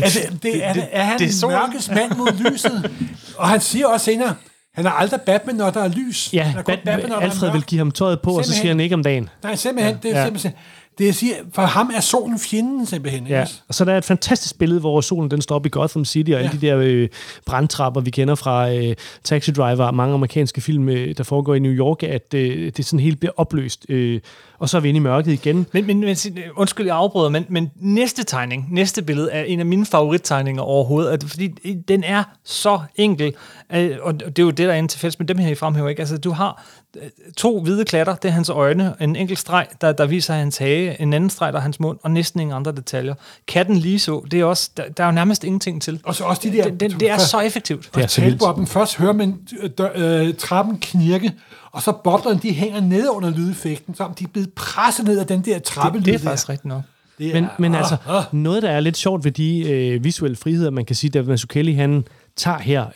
Er han det er solen. mørkets mand mod lyset? Og han siger også senere, han er aldrig Batman, når der er lys. Ja, Han er kun Batman, når der er Alfred vil mørkt. give ham tøjet på, og så Simpelthen. siger han ikke om dagen. Nej, simpelthen. Det er simpelthen... Det jeg siger, for ham er solen fjenden simpelthen. Ja, og så der er et fantastisk billede, hvor solen den står op i Gotham City, og alle de der brandtrapper, vi kender fra Taxi Driver og mange amerikanske film, der foregår i New York, at det sådan helt bliver opløst. Og så er vi inde i mørket igen. Men undskyld, jeg afbryder, men næste billede er en af mine favorittegninger overhovedet, fordi den er så enkel, og det er jo det, der er inde til fælles med dem her i fremhæver, ikke? Altså, du har 2 hvide klatter, det er hans øjne, en enkelt streg, der viser hans hage, en anden streg, der er hans mund, og næsten ingen andre detaljer. Katten lige så, det er også, der er jo nærmest ingenting til. Og så også de der... Det er så effektivt. Det er så vildt. Talboppen først hører man trappen knirke, og så boblerne, de hænger nede under lydeffekten, så de er blevet presset ned af den der trappelyd. Det er faktisk rigtigt nok. Men altså, noget, der er lidt sjovt ved de visuelle friheder, man kan sige, David Mazzucchelli, han tager her,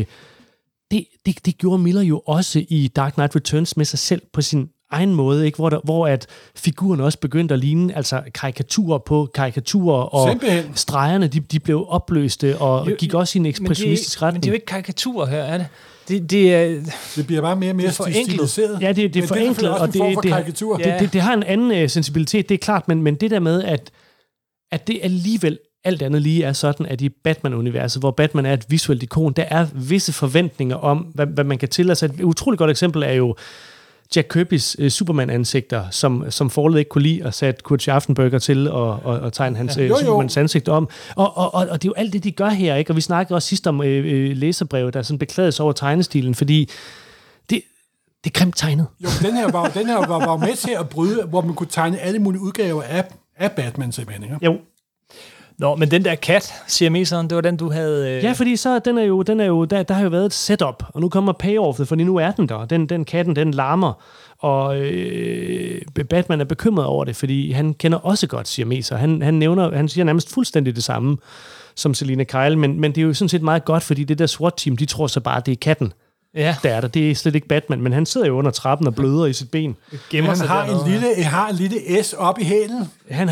det gjorde Miller jo også i Dark Knight Returns med sig selv på sin egen måde, ikke? Hvor at figuren også begyndte at ligne altså karikaturer på karikaturer, og simpelthen. stregerne, de blev opløste, og gik også i en ekspressionistisk retning. Men det er jo ikke karikaturer her, er det? Det bliver bare mere og mere forenklet. stiliseret. Ja, det er forenklet, og det har en anden sensibilitet, det er klart, men det der med, at det alligevel alt andet lige er sådan, at i Batman-universet, hvor Batman er et visuelt ikon, der er visse forventninger om, hvad man kan tillade sig. Et utroligt godt eksempel er jo Jack Kirby's Superman-ansigter, som forladet ikke kunne lide, og satte Kurt Schaffenberger til at tegne hans Supermans ansigt om. Og det er jo alt det, de gør her, ikke? Og vi snakkede også sidst om læserbreve, der sådan beklagede sig over tegnestilen, fordi det er grimt tegnet. Jo, den her var med til at bryde, hvor man kunne tegne alle mulige udgaver af Batman simpelthen, ikke? Jo. Nå, men den der kat, siameseren, det var den, du havde... Ja, fordi så, den er jo der har jo været et setup, og nu kommer payoffet, fordi nu er den der. Den katten, den larmer, og Batman er bekymret over det, fordi han kender også godt siameser. Han siger nærmest fuldstændig det samme som Selina Kyle, men det er jo sådan set meget godt, fordi det der SWAT-team, de tror så bare, det er katten. Ja. Der er der. Det er slet ikke Batman, men han sidder jo under trappen og bløder i sit ben. Han har en lille S op i hælen. Han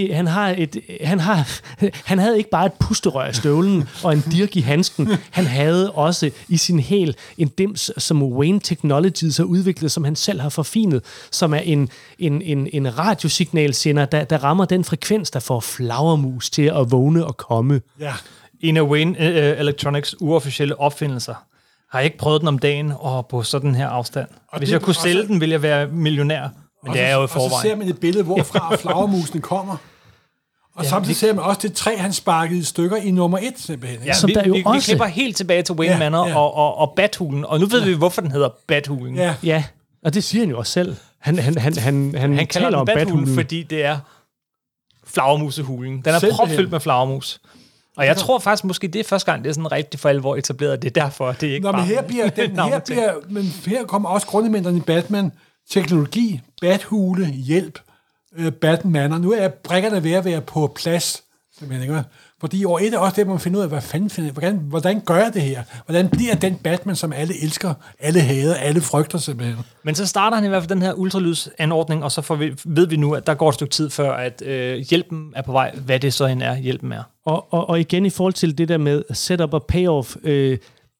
havde ikke bare et pusterør i støvlen og en dirk i handsken. Han havde også i sin hæl en dims, som Wayne Technologies har udviklet, som han selv har forfinet, som er en radiosignalsender, der rammer den frekvens, der får flagermus til at vågne og komme. Ja. En af Wayne Electronics uofficielle opfindelser. Har jeg ikke prøvet den om dagen og på sådan her afstand. Hvis jeg kunne sælge den, ville jeg være millionær. Men det er jo i forvejen. Og så ser man et billede, hvorfra flagermusene kommer. Og samtidig ser man også det træ, han sparkede i stykker i nummer 1, simpelthen. Ja, vi klipper helt tilbage til Wayne Manor og Bathulen. Og nu ved vi, hvorfor den hedder Bathulen. Ja, og det siger han jo også selv. Han kalder den Bathulen, fordi det er flagermusehulen. Den er propfyldt med flagermus. Og jeg tror faktisk, måske det er første gang, det er sådan rigtig for alvor etableret. Det er derfor, det er ikke bare... Men her kommer også grundelementerne i Batman. Teknologi, Bathule, hjælp, Batman. Og nu er brækkerne ved at være på plads. Fordi i år 1 er også det, man finder ud af, hvordan gør jeg det her? Hvordan bliver den Batman, som alle elsker, alle hader, alle frygter simpelthen? Men så starter han i hvert fald den her ultralydsanordning, og så ved vi nu, at der går et stykke tid før, at hjælpen er på vej, hvad det så end er, hjælpen er. Og igen i forhold til det der med setup og payoff,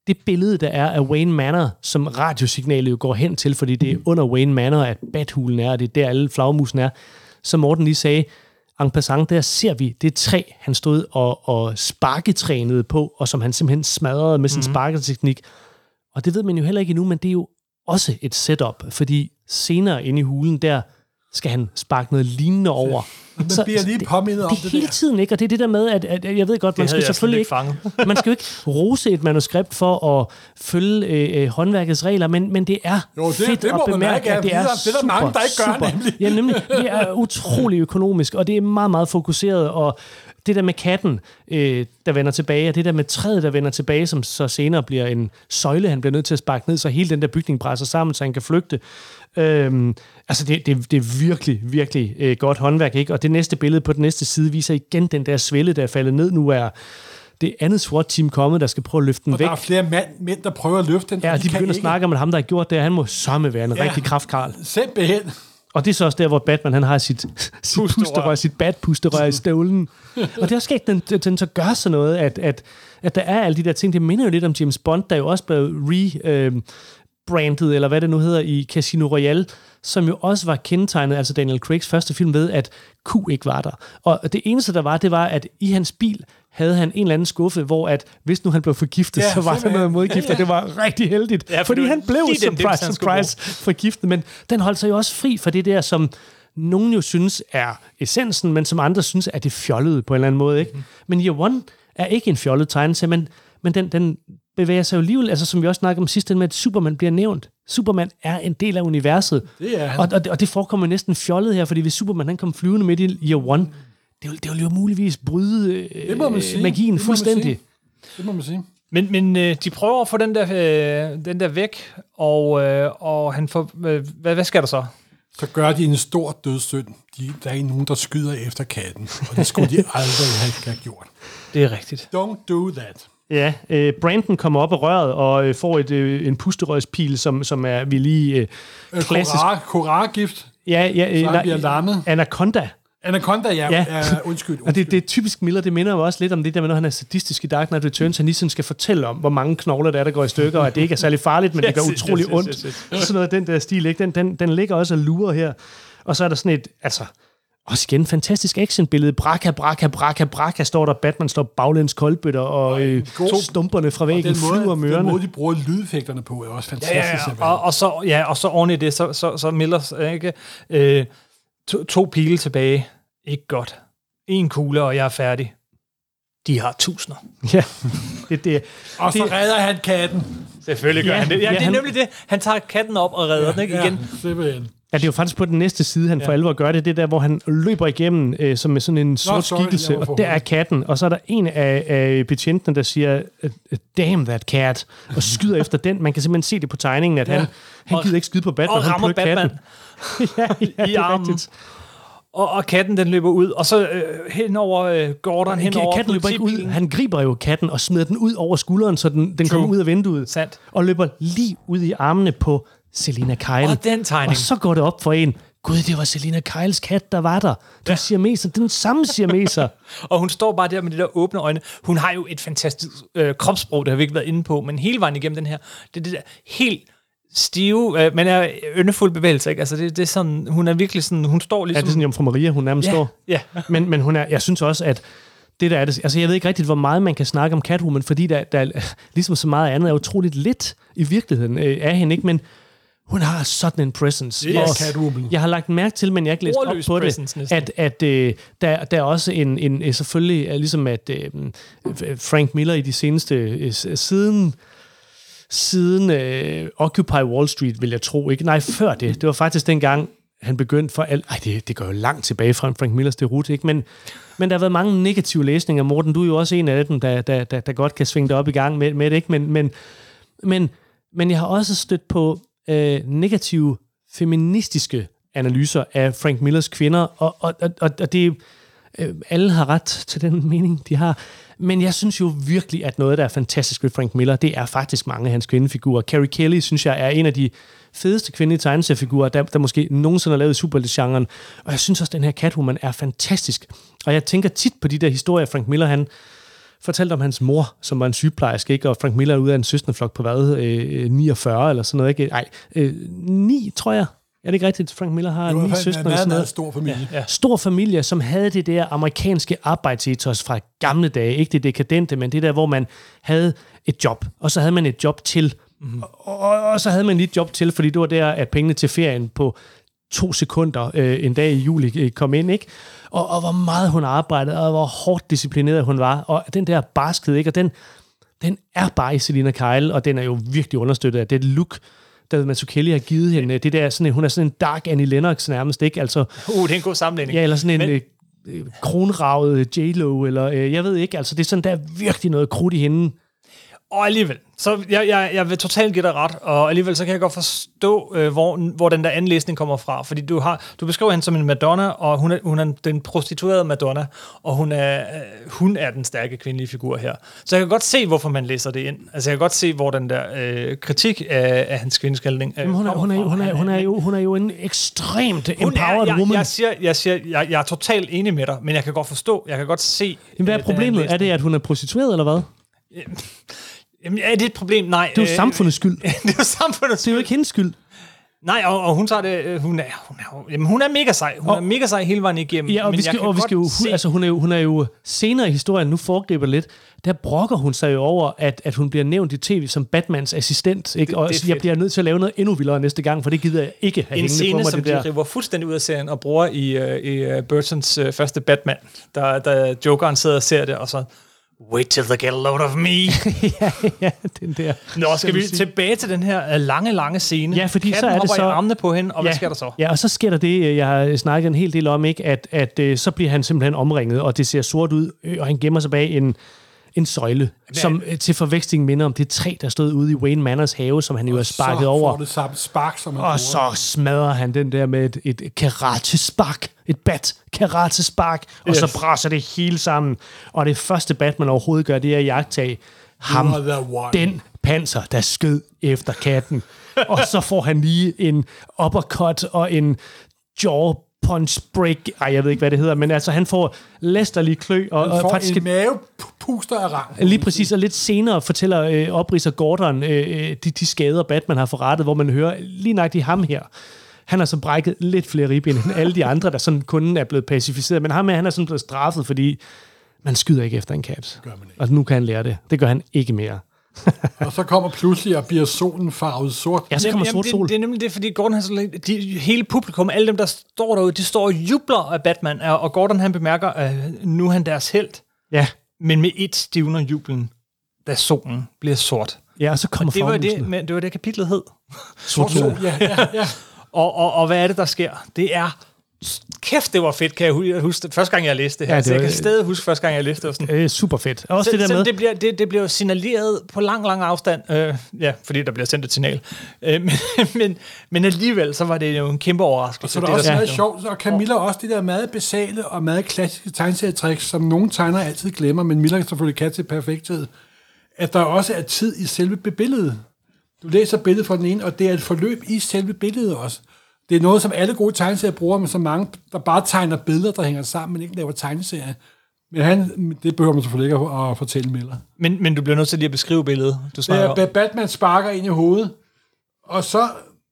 det billede, der er af Wayne Manor, som radiosignalet jo går hen til, fordi det er under Wayne Manor, at Bathulen er, og det er der alle flagmusene er, som Morten lige sagde, en passant, der ser vi det træ, han stod og sparketrænede på, og som han simpelthen smadrede med sin sparketeknik. Og det ved man jo heller ikke endnu, men det er jo også et setup, fordi senere inde i hulen, der skal han sparke noget lignende over. Man bliver lige påmindet om det hele tiden, ikke? Og det er det der med, at jeg ved godt, man skal selvfølgelig ikke man skal jo ikke rose et manuskript for at følge håndværkets regler, men det er fedt at bemærke, at det er super, det er der mange, der ikke gør, nemlig. Ja, nemlig. Det er utrolig økonomisk, og det er meget, meget fokuseret, og det der med katten, der vender tilbage, og det der med træet, der vender tilbage, som så senere bliver en søjle, han bliver nødt til at sparke ned, så hele den der bygning presser sammen, så han kan flygte. Altså, det er virkelig, virkelig godt håndværk, ikke? Og det næste billede på den næste side viser igen den der svælde, der er faldet ned. Nu er det andet SWAT-team kommet, der skal prøve at løfte den væk. Og der er flere mænd, der prøver at løfte den. Ja, de begynder at snakke om, at ham, der har gjort det, han må samme være en rigtig kraftkarl. Simpelthen. Og det er så også der, hvor Batman han har sit pusterør, sit bat-pusterør i støvlen. Og det er også sket, at den så gør sådan noget, at der er alle de der ting. Det minder jo lidt om James Bond, der jo også blev branded, eller hvad det nu hedder, i Casino Royale, som jo også var kendetegnet, altså Daniel Craigs første film, ved, at Q ikke var der. Og det eneste, der var, det var, at i hans bil havde han en eller anden skuffe, hvor at, hvis nu han blev forgiftet, så var der noget modgift, og det var rigtig heldigt. Ja, fordi han blev surprise forgiftet, men den holdt sig jo også fri for det der, som nogen jo synes er essensen, men som andre synes er det fjollede på en eller anden måde. Ikke? Men Year One er ikke en fjollet tegnelse, men den bevæger sig jo alligevel, altså som vi også snakkede om sidst, med at Superman bliver nævnt. Superman er en del af universet. Det er han. Og det forekommer næsten fjollet her, fordi hvis Superman han kom flyvende midt i Year One, det vil jo muligvis bryde magien fuldstændig. Det må man sige. Men de prøver at få den der væk, og han får... Hvad sker der så? Så gør de en stor dødssynd. Der er nogen, der skyder efter katten, og det skulle de aldrig have gjort. Det er rigtigt. Don't do that. Ja, Brandon kommer op af røret og får en pusterørspil, som er vi lige klassisk... Koragift. Ja, Anaconda, ja. Undskyld. Og det er typisk Miller, det minder jo også lidt om det der med, når han er sadistisk i Dark Knight Returns, han ligesom skal fortælle om, hvor mange knogler der går i stykker, og at det ikke er særlig farligt, men det gør utrolig ondt. Sådan noget af den der stil, ikke? Den ligger også og lurer her. Og så er der sådan et, altså... Også igen, fantastisk actionbillede. Braka, står der. Batman står baglæns koldbøtter, og stumperne fra væggen flyver mørerne. Den måde, de bruger lydeffekterne på, er også fantastisk. Ja, og så oven i det, så Millers ikke to pile tilbage. Ikke godt. En kugle, og jeg er færdig. De har tusinder. Ja. Og så redder han katten. Selvfølgelig gør han det. Ja, det er nemlig det. Han tager katten op og redder den, ikke igen. Simpelthen. Ja, det er jo faktisk på den næste side, han for alvor gør det. Det er der, hvor han løber igennem som med sådan en sort skikkelse, og der er katten. Og så er der en af betjentene, der siger, damn that cat, og skyder efter den. Man kan simpelthen se det på tegningen, at han gider ikke skyde på Batman. Og rammer Batman. I armen. Og katten, den løber ud, og så hen over Gordon, hen over... Katten løber ikke ud. Han griber jo katten og smider den ud over skulderen, så den kommer ud af vinduet. Sandt. Og løber lige ud i armene på Selina Kyle. Og den tegning. Og så går det op for en. Gud, det var Selina Kyles kat, der var der. Den siameser, den samme siameser. Og hun står bare der med de der åbne øjne. Hun har jo et fantastisk kropssprog, det har vi ikke været inde på, men hele vejen igennem den her, det der helt stive, men er yndefuld bevægelse, ikke? Altså det er sådan, hun er virkelig sådan, hun står ligesom... Ja, det er sådan Jomfru Maria, hun nærmest står. Ja. Men hun er, jeg synes også, at det der er det, altså jeg ved ikke rigtigt, hvor meget man kan snakke om Catwoman, fordi der ligesom så meget andet er utroligt lidt i virkeligheden af hende, ikke? Men hun har sådan en presence. Yes. Jeg har lagt mærke til, men jeg har ikke læst op på det, at der er også en selvfølgelig, ligesom at Frank Miller i de seneste, siden Occupy Wall Street, vil jeg tro, ikke? Nej, før det. Det var faktisk dengang, han begyndte for alt... det går jo langt tilbage fra Frank Millers derute, ikke? Men der har været mange negative læsninger. Morten, du er jo også en af dem, der godt kan svinge dig op i gang med det, ikke? Men jeg har også stødt på negative feministiske analyser af Frank Millers kvinder, og det alle har ret til den mening, de har. Men jeg synes jo virkelig, at noget, der er fantastisk ved Frank Miller, det er faktisk mange af hans kvindefigurer. Carrie Kelly, synes jeg, er en af de fedeste kvindelige tegneseriefigurer, der måske nogensinde har lavet i superheltegenren. Og jeg synes også, at den her Catwoman er fantastisk. Og jeg tænker tit på de der historier, Frank Miller, han fortalte om hans mor, som var en sygeplejerske, ikke? Og Frank Miller er ude af en søsterflok på 49 eller sådan noget, ikke? 9, tror jeg. Er det ikke rigtigt, Frank Miller har 9 søstre? Det var en meget stor familie. Ja. Stor familie, som havde det der amerikanske arbejdsethos fra gamle dage. Ikke det dekadente, men det der, hvor man havde et job, og så havde man et job til. Mm-hmm. Og så havde man lige et job til, fordi det var der, at pengene til ferien på 2 sekunder en dag i juli kom ind, ikke? Og hvor meget hun arbejdede, og hvor hårdt disciplineret hun var. Og den der barskhed, ikke? Og den er bare i Selina Kyle, og den er jo virkelig understøttet af det look, David Mazzucchelli har givet hende. Det der, sådan, hun er sådan en dark Annie Lennox nærmest, ikke? Altså, det er en god sammenligning. Ja, eller sådan en kronravet J-Lo, eller jeg ved ikke, altså det er sådan, der er virkelig noget krudt i hende. Og alligevel, så jeg vil totalt give dig ret, og alligevel så kan jeg godt forstå, hvor den der anlæsning kommer fra, fordi du beskriver hende som en Madonna, og hun er den prostituerede Madonna, og hun er den stærke kvindelige figur her. Så jeg kan godt se, hvorfor man læser det ind. Altså jeg kan godt se, hvor den der kritik af hans kvindeskaldning hun er jo en ekstremt empowered woman. Jeg er totalt enig med dig, men jeg kan godt forstå, jeg kan godt se... Men hvad er problemet? Er det, at hun er prostitueret, eller hvad? Jamen, er det et problem? Nej. Det er jo samfundets skyld. Det er jo samfundets skyld. Det er jo ikke hendes skyld. Nej, og hun tager det... Hun er mega sej. Hun er mega sej hele vejen igennem. Ja, og hun er jo senere i historien, nu foregriber lidt, der brokker hun sig jo over, at hun bliver nævnt i tv som Batmans assistent. Ikke? Og jeg bliver nødt til at lave noget endnu vildere næste gang, for det gider jeg ikke have hængende på mig. En scene, som de river fuldstændig ud af serien og bruger i Burtons første Batman, da Jokeren sidder og ser det, og så... Wait till they get a load of me. ja, den der. Nå, skal vi tilbage til den her lange scene? Ja, fordi så er det så... i armene på hende, og hvad sker der så? Ja, og så sker der det, jeg har snakket en hel del om, ikke, at så bliver han simpelthen omringet, og det ser sort ud, og han gemmer sig bag en søjle, som til forveksling minder om det træ, der stod ude i Wayne Manors have, som han jo har sparket over. Og så får det samme spark, som han og så smadrer han den der med et karatespark. Et bat-karatespark. Og så braser det hele sammen. Og det første Batman overhovedet gør, det er at jagttage ham. Den panser, der skød efter katten. Og så får han lige en uppercut og en jaw punch break. Ej, jeg ved ikke, hvad det hedder, men altså, han får læsterlig klø. Og får faktisk en mavepuster af rang. Lige præcis, og lidt senere fortæller opridser Gordon de skader, Batman har forrettet, hvor man hører lige nøjagtigt ham her. Han har så brækket lidt flere ribben end alle de andre, der sådan kun er blevet pacificeret. Men ham her, han er sådan blevet straffet, fordi man skyder ikke efter en kat. Og nu kan han lære det. Det gør han ikke mere. Og så kommer pludselig og bliver solen farvet sort. Ja, så kommer sol. Det er nemlig det, fordi Gordon har så hele publikum, alle dem, der står derude, de står og jubler af Batman, og Gordon han bemærker, at nu er han deres helt. Ja. Men med et stivner jublen, da solen bliver sort. Ja, og så kommer det var det kapitlet hed. Sort sol, ja. Og hvad er det, der sker? Det er... Kæft, det var fedt, kan jeg huske. Første gang, jeg læste det her. Ja, jeg kan stadig huske første gang, jeg læste det. Sådan. Super fedt. Også det der med... Det bliver signaleret på lang afstand. Fordi der bliver sendt et signal. Men alligevel, så var det jo en kæmpe overraskelse. Og så er det også meget sjovt. Og Camilla også det der meget basale og meget klassiske tegneserietricks, som nogle tegnere altid glemmer, men Miller selvfølgelig kan til perfekthed. At der også er tid i selve billedet. Du læser billedet fra den ene, og det er et forløb i selve billedet også. Det er noget, som alle gode tegneserier bruger, men så mange, der bare tegner billeder, der hænger sammen, men ikke laver tegneserier. Men det behøver man selvfølgelig ikke at fortælle Miller. Men du bliver nødt til lige at beskrive billedet. Du snakker Batman sparker ind i hovedet, og så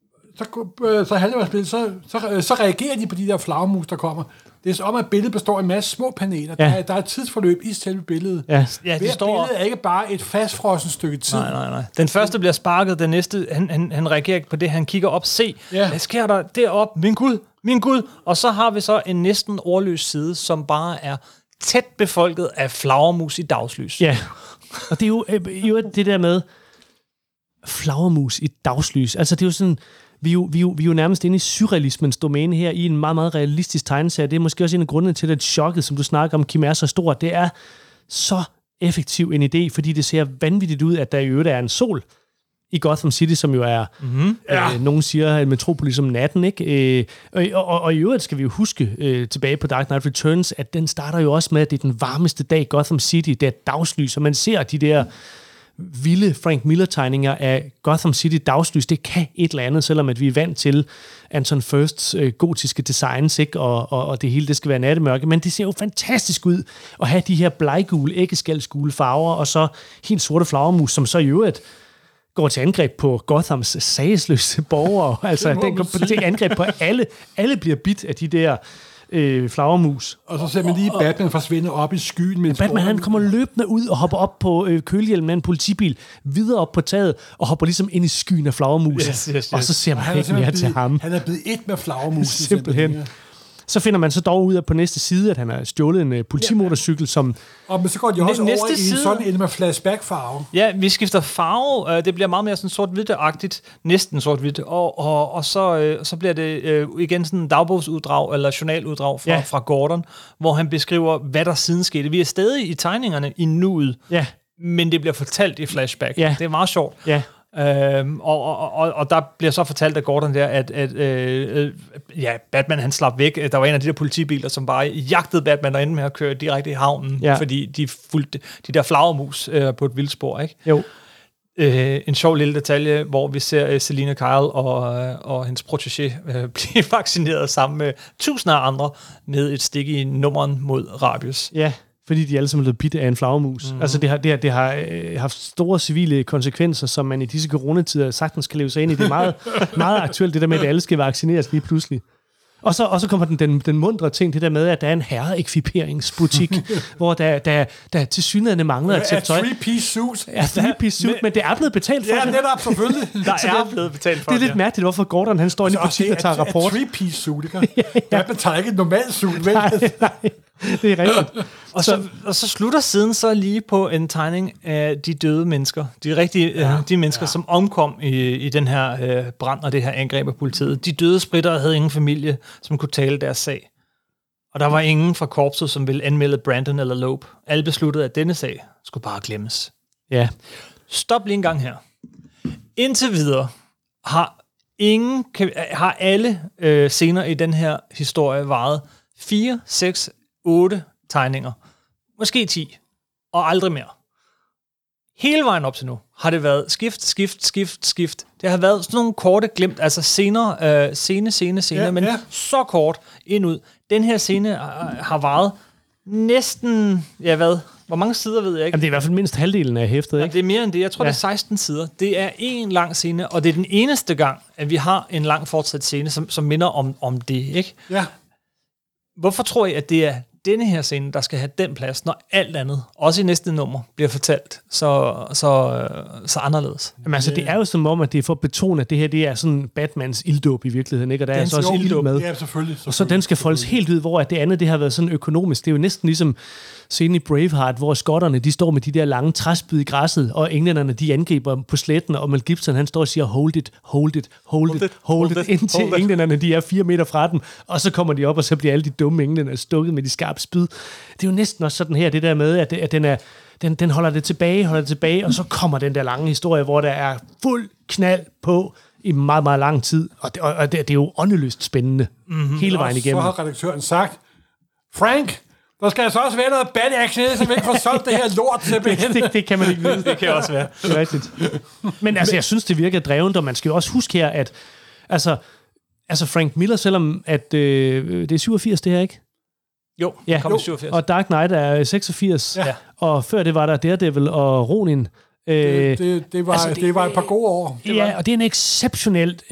reagerer de på de der flagermus, der kommer. Det er som om, at billedet består af en masse små paneler. Ja. Der er et tidsforløb i selve billedet. Ja, det billedet er ikke bare et fastfrosset stykke tid. Nej. Den første bliver sparket, den næste, han reagerer på det, han kigger op, hvad sker der deroppe? Min Gud! Og så har vi så en næsten ordløs side, som bare er tæt befolket af flagermus i dagslys. Ja, og det er jo det der med flagermus i dagslys. Altså det er jo sådan... Vi er jo nærmest inde i surrealismens domæne her, i en meget, meget realistisk tegneserie. Det er måske også en af grundene til, at chokket, som du snakker om, Kim, er så stort. Det er så effektiv en idé, fordi det ser vanvittigt ud, at der i øvrigt er en sol i Gotham City, som jo er, nogen siger, en metropolis om natten, ikke? Og i øvrigt skal vi jo huske tilbage på Dark Knight Returns, at den starter jo også med, at det er den varmeste dag i Gotham City, det er dagslys, og man ser de der vilde Frank Miller-tegninger af Gotham City dagslys, det kan et eller andet, selvom at vi er vant til Anton Fursts gotiske designs, ikke? Og det hele, det skal være nattemørke, men det ser jo fantastisk ud at have de her bleggule, æggeskaldsgule farver, og så helt sorte flagermus, som så i øvrigt går til angreb på Gothams sagesløse borgere. Altså, den går til angreb på alle. Alle bliver bidt af de der flagermus. Og så ser man lige Batman forsvinde op i skyen. Med Batman, han kommer løbende ud og hopper op på kølehjelmen med en politibil, videre op på taget, og hopper ligesom ind i skyen af flagermus. Yes. Og så ser man ikke mere til ham. Han er blevet et med flagermusen. Simpelthen. Så finder man så dog ud af på næste side, at han har stjålet en politimotorcykel, som... Og men så går de også over i en sådan en med flashback-farve. Ja, vi skifter farve. Det bliver meget mere sådan sort-hvidt-agtigt. Næsten sort-hvidt. Og så bliver det igen sådan en dagbogsuddrag, eller journaluddrag fra Gordon, hvor han beskriver, hvad der siden skete. Vi er stadig i tegningerne i nuet, men det bliver fortalt i flashback. Ja. Det er meget sjovt. Ja. Og der bliver så fortalt af Gordon der, at Batman han slap væk. Der var en af de der politibiler, som bare jagtede Batman og endte med at køre direkte i havnen, fordi de fulgte de der flagermus på et vildspor, ikke? Jo. En sjov lille detalje, hvor vi ser Selina Kyle og hendes protégé blive vaccineret sammen med tusinder af andre med et stik i nummeren mod rabies. Ja. Fordi de alle sammen er blevet bidt af en flagermus. Altså det har haft store civile konsekvenser, som man i disse coronatider sagtens kan leve sig ind i. Det er meget, meget aktuelt, det der med, at alle skal vaccineres lige pludselig. Og så kommer den mundre ting, det der med, at der er en herreekviperingsbutik, hvor der tilsyneladende mangler et sæt tøj. Er three-piece suit. Ja, three-piece suit, men det er blevet betalt for det. Ja, netop, selvfølgelig. Der er blevet betalt for det. Det er lidt mærkeligt, hvorfor Gordon han står inde i butikken og tager rapport. Er three-piece suit, ikke? Batman tager ikke et normalt suit, vel? Nej, det er rigtigt. Og så slutter siden så lige på en tegning af de døde mennesker. De rigtige de mennesker, som omkom i den her brand og det her angreb af politiet. De døde spritter havde ingen familie, som kunne tale deres sag. Og der var ingen fra korpset, som ville anmelde Brandon eller Loeb. Alle besluttede, at denne sag skulle bare glemmes. Ja. Stop lige en gang her. Indtil videre har alle scener i den her historie varet 4, 6, 8 tegninger. Måske 10. Og aldrig mere. Hele vejen op til nu har det været skift. Det har været sådan nogle korte glimt, altså scener, scene, men så kort ind ud. Den her scene har varet næsten, hvor mange sider ved jeg ikke. Jamen, det er i hvert fald mindst halvdelen af hæftet, ikke? Ja, det er mere end det. Jeg tror, det er 16 sider. Det er en lang scene, og det er den eneste gang, at vi har en lang fortsat scene, som minder om det, ikke? Ja. Hvorfor tror I, at det er denne her scene, der skal have den plads, når alt andet, også i næste nummer, bliver fortalt så anderledes? Jamen altså, det er jo som om, at det er for at betone, at det her, det er sådan Batmans ilddåb i virkeligheden, ikke? Og der er så også ilddåb med. Ja, selvfølgelig. Og så den skal foldes helt ud, hvor at det andet, det har været sådan økonomisk. Det er jo næsten ligesom scenen i Braveheart, hvor skotterne, de står med de der lange træspyd i græsset, og englænderne, de angriber på sletten, og Mel Gibson, han står og siger, hold it, indtil englænderne, de er 4 meter fra dem, og så kommer de op, og så bliver alle de dumme englænder stukket med de skarpe spyd. Det er jo næsten også sådan her, det der med, at den holder det tilbage, og så kommer den der lange historie, hvor der er fuld knald på i meget, meget lang tid, og det er jo åndeløst spændende hele vejen igennem. Så har redaktøren sagt, Frank, der skal altså også være noget bad action, så vi ikke får solgt det her lort til det kan man ikke vide. Det kan også være. Det er rigtigt. Men altså, jeg synes, det virker drevent, og man skal jo også huske her, at altså Frank Miller, selvom at det er 87, det her, ikke? Jo, det kom i 87. Og Dark Knight er 86, og før det var der Daredevil og Ronin. Det var et par gode år. Og det er en exceptionelt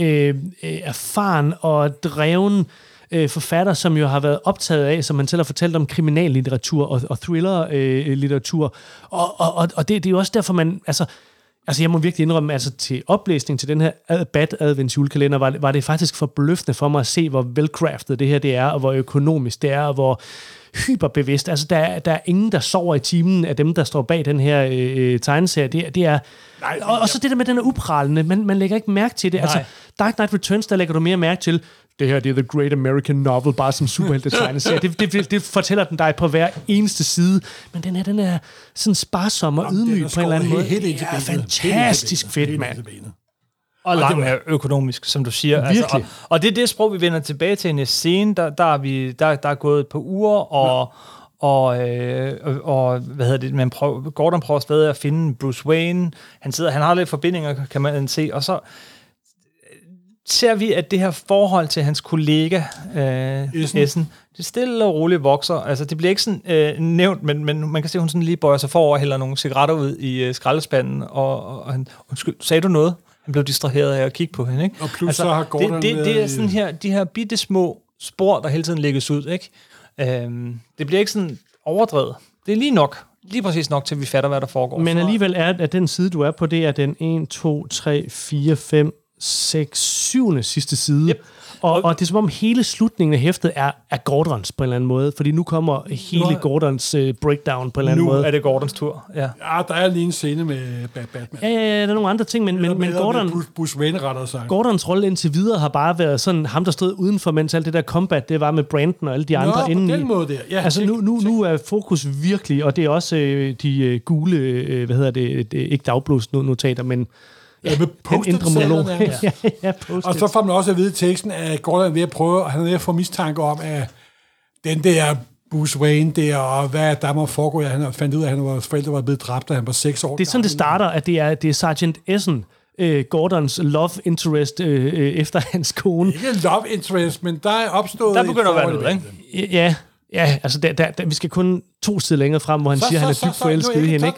erfaren og dreven forfatter, som jo har været optaget af, som man selv har fortalt om, kriminallitteratur og thriller-litteratur. Og det er jo også derfor, man... Altså, jeg må virkelig indrømme, altså til oplæsning til den her Bat Advents julekalender, var det faktisk forbløffende for mig at se, hvor velcraftet det her det er, og hvor økonomisk det er, og hvor hyperbevidst. Altså, der er ingen, der sover i timen af dem, der står bag den her tegneserie. Det er... Og så det der med, den er uprallende. Man lægger ikke mærke til det. Altså, Dark Knight Returns, der lægger du mere mærke til, det her, det er The Great American Novel, bare som superhelte-tegneserie. Det fortæller den dig på hver eneste side. Men den er sådan sparsom og ydmyg på en eller anden måde. Det er fantastisk fedt, mand. Og langt mere økonomisk, som du siger. Altså, og det er det sprog, vi vender tilbage til i næste scene. Der er gået et par uger, og hvad hedder det, Gordon prøver stadig at finde Bruce Wayne. Han har lidt forbindinger, kan man se, og så ser vi, at det her forhold til hans kollega, Essen, det stille og roligt vokser. Altså, det bliver ikke sådan nævnt, men man kan se, at hun sådan lige bøjer sig forover og hælder nogle cigaretter ud i skraldespanden, og han, undskyld, sagde du noget? Han blev distraheret af at kigge på hende, ikke? Og plus altså, så har Gordon... Det er sådan her, de her bitte små spor, der hele tiden lægges ud, ikke? Det bliver ikke sådan overdrevet. Det er lige præcis nok, til vi fatter, hvad der foregår. Men alligevel er, at den side, du er på, det er den 1, 2, 3, 4, 5, 6, 7. sidste side. Yep. Og det er som om hele slutningen af hæftet er Gordons på en eller anden måde, fordi nu kommer hele Gordons breakdown på en eller anden måde. Nu er det Gordons tur, ja. Ja, der er lige en scene med Batman. Ja, der er nogle andre ting, men Bruce Wayne retter sig. Gordons rolle indtil videre har bare været sådan ham, der stod udenfor, mens alt det der combat, det var med Brandon og alle de andre indeni. På den måde der. Ja, altså nu er fokus virkelig, og det er også de gule, ikke dagblodsnotater, men med post-it-sædler. Ja, og så får man også at vide i teksten, at Gordon er ved at prøve, han er ved at få mistanke om, at den der Bruce Wayne der, og hvad der må foregå, han har fandt ud af, at hans forældre var blevet dræbt, da han var 6 år. Det er sådan, det starter, at det er Sergeant Essen, Gordons love interest efter hans kone. Ikke love interest, men der er opstået... Der begynder at være noget, ikke? Ja, altså vi skal kun 2 sider længere frem, hvor han siger, at han er dybt forelsket i hende, ikke?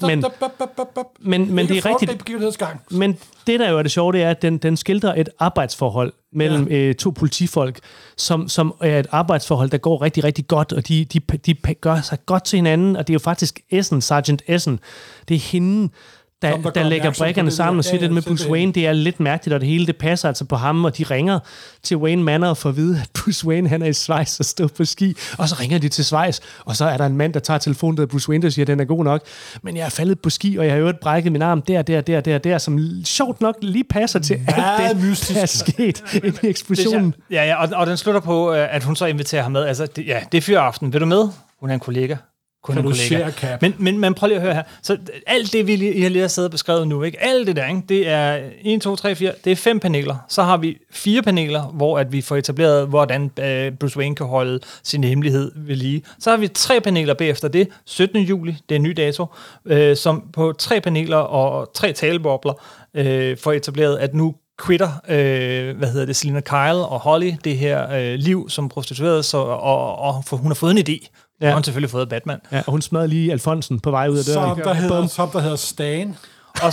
Men det er rigtigt. Men det, der jo er det sjove, det er, at den skildrer et arbejdsforhold mellem 2 politifolk, som er et arbejdsforhold, der går rigtig, rigtig godt, og de gør sig godt til hinanden, og det er jo faktisk Sergeant Essen. Det er hende, der lægger brækkerne sammen og siger det med Bruce Wayne. Det er lidt mærkeligt, og det hele det passer altså på ham, og de ringer til Wayne Manor for at vide, at Bruce Wayne han er i Schweiz og står på ski, og så ringer de til Schweiz, og så er der en mand, der tager telefonen til Bruce Wayne, der siger, at den er god nok, men jeg er faldet på ski, og jeg har øvrigt brækket min arm der, som sjovt nok lige passer til alt det, der er sket i eksplosionen. Og den slutter på, at hun så inviterer ham med. Altså, det er fyraften. Vil du med? Hun er en kollega. Men prøv lige at høre her. Så alt det, I har lige har siddet og beskrevet nu, ikke? Alt det der, ikke? Det er 1, 2, 3, 4, det er 5 paneler. Så har vi 4 paneler, hvor at vi får etableret, hvordan Bruce Wayne kan holde sin hemmelighed ved lige. Så har vi 3 paneler bagefter det, 17. juli, det er en ny dato, som på 3 paneler og 3 talebobler får etableret, at nu quitter, Selina Kyle og Holly det her liv som prostitueret, og hun har fået en idé. Ja. Og hun selvfølgelig fået Batman. Ja, og hun smadrer lige Alfonsen på vej ud af døren. Som der hedder Stan. Og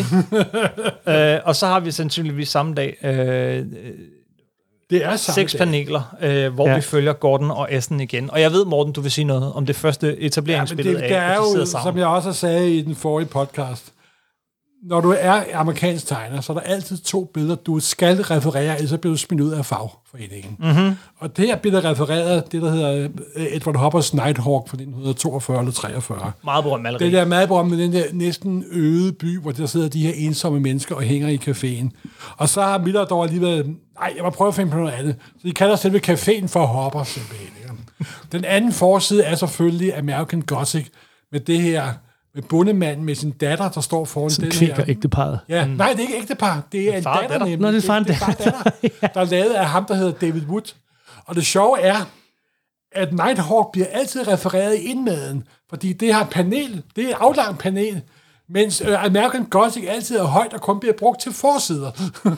så har vi sandsynligvis samme dag det er 6 paneler, hvor vi følger Gordon og Essen igen. Og jeg ved, Morten, du vil sige noget om det første etableringsbillede af, at de sidder sammen. Som jeg også sagde i den forrige podcast, når du er amerikansk tegner, så er der altid 2 billeder, du skal referere, ellers bliver du smidt ud af fagforeningen. Mm-hmm. Og det her bliver refereret, det der hedder Edward Hoppers Nighthawk fra 1942 eller 43. Meget berømt maleri. Det der meget berømt med den der næsten øde by, hvor der sidder de her ensomme mennesker og hænger i caféen. Og så har Miller dog alligevel, jeg må prøve at finde på noget andet. Så de kalder selve caféen for Hopper, simpelthen. Den anden forside er selvfølgelig American Gothic, med det her med bondemanden med sin datter, der står foran den her. Ægteparret. Ja, nej, det er ikke ægtepar. Det er en datter nemlig. Nå, det er far datter. Der er lavet af ham, der hedder David Wood. Og det sjove er, at Nighthawk bliver altid refereret i indmaden, fordi det her panel, det er et aflangt panel, mens American Gothic altid er højt og kun bliver brugt til forsider.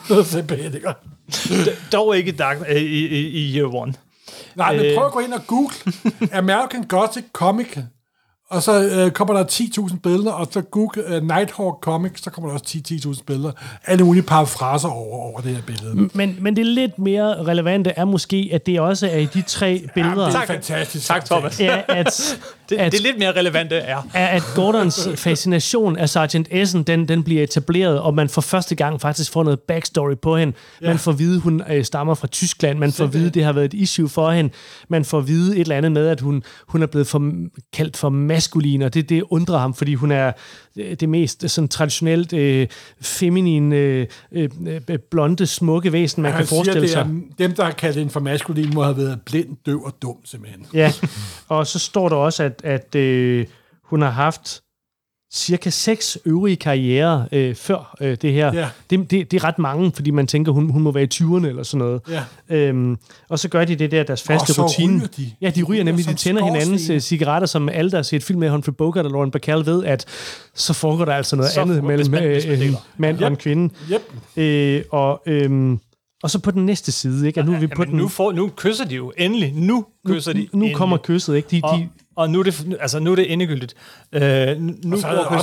Dog ikke i Year One. Nej, men prøv at gå ind og google American Gothic Comic, og så kommer der 10.000 billeder, og så Google Nighthawk Comics, så kommer der også 10.000 billeder. Alle mulige parafraser over det her billede. Men det lidt mere relevante er måske, at det også er i de 3 billeder. Det er fantastisk. Tak, Thomas. Ja, det lidt mere relevante er. At Gordons fascination af Sergeant Essen, den bliver etableret, og man for første gang faktisk får noget backstory på hende. Ja. Man får at vide, hun stammer fra Tyskland. Man får at vide, det har været et issue for hende. Man får at vide et eller andet med, at hun er blevet kaldt for maskulin, og det undrer ham, fordi hun er det mest sådan traditionelt feminine, blonde, smukke væsen, man kan forestille sig. Dem, der har kaldt hende for maskulin, må have været blind, døv og dum, simpelthen. Ja, og så står der også, at hun har haft cirka 6 øvrige karrierer før det her. Ja. Det er ret mange, fordi man tænker, hun må være i 20'erne eller sådan noget. Ja. Og så gør de det der, deres faste rutine. Ryger de. Ja, de ryger nemlig, de tænder hinandens skorsten. cigaretter, som alle, der har set film med Humphrey Bogart og Lauren Bacall ved, at så foregår der altså noget andet mellem mand og en kvinde. Yep. Og så på den næste side, ikke? Og nu er vi på den. Nu kysser de jo endelig. Nu kysser de. Nu kommer kysset, ikke? Og nu er det endegyldigt. Nu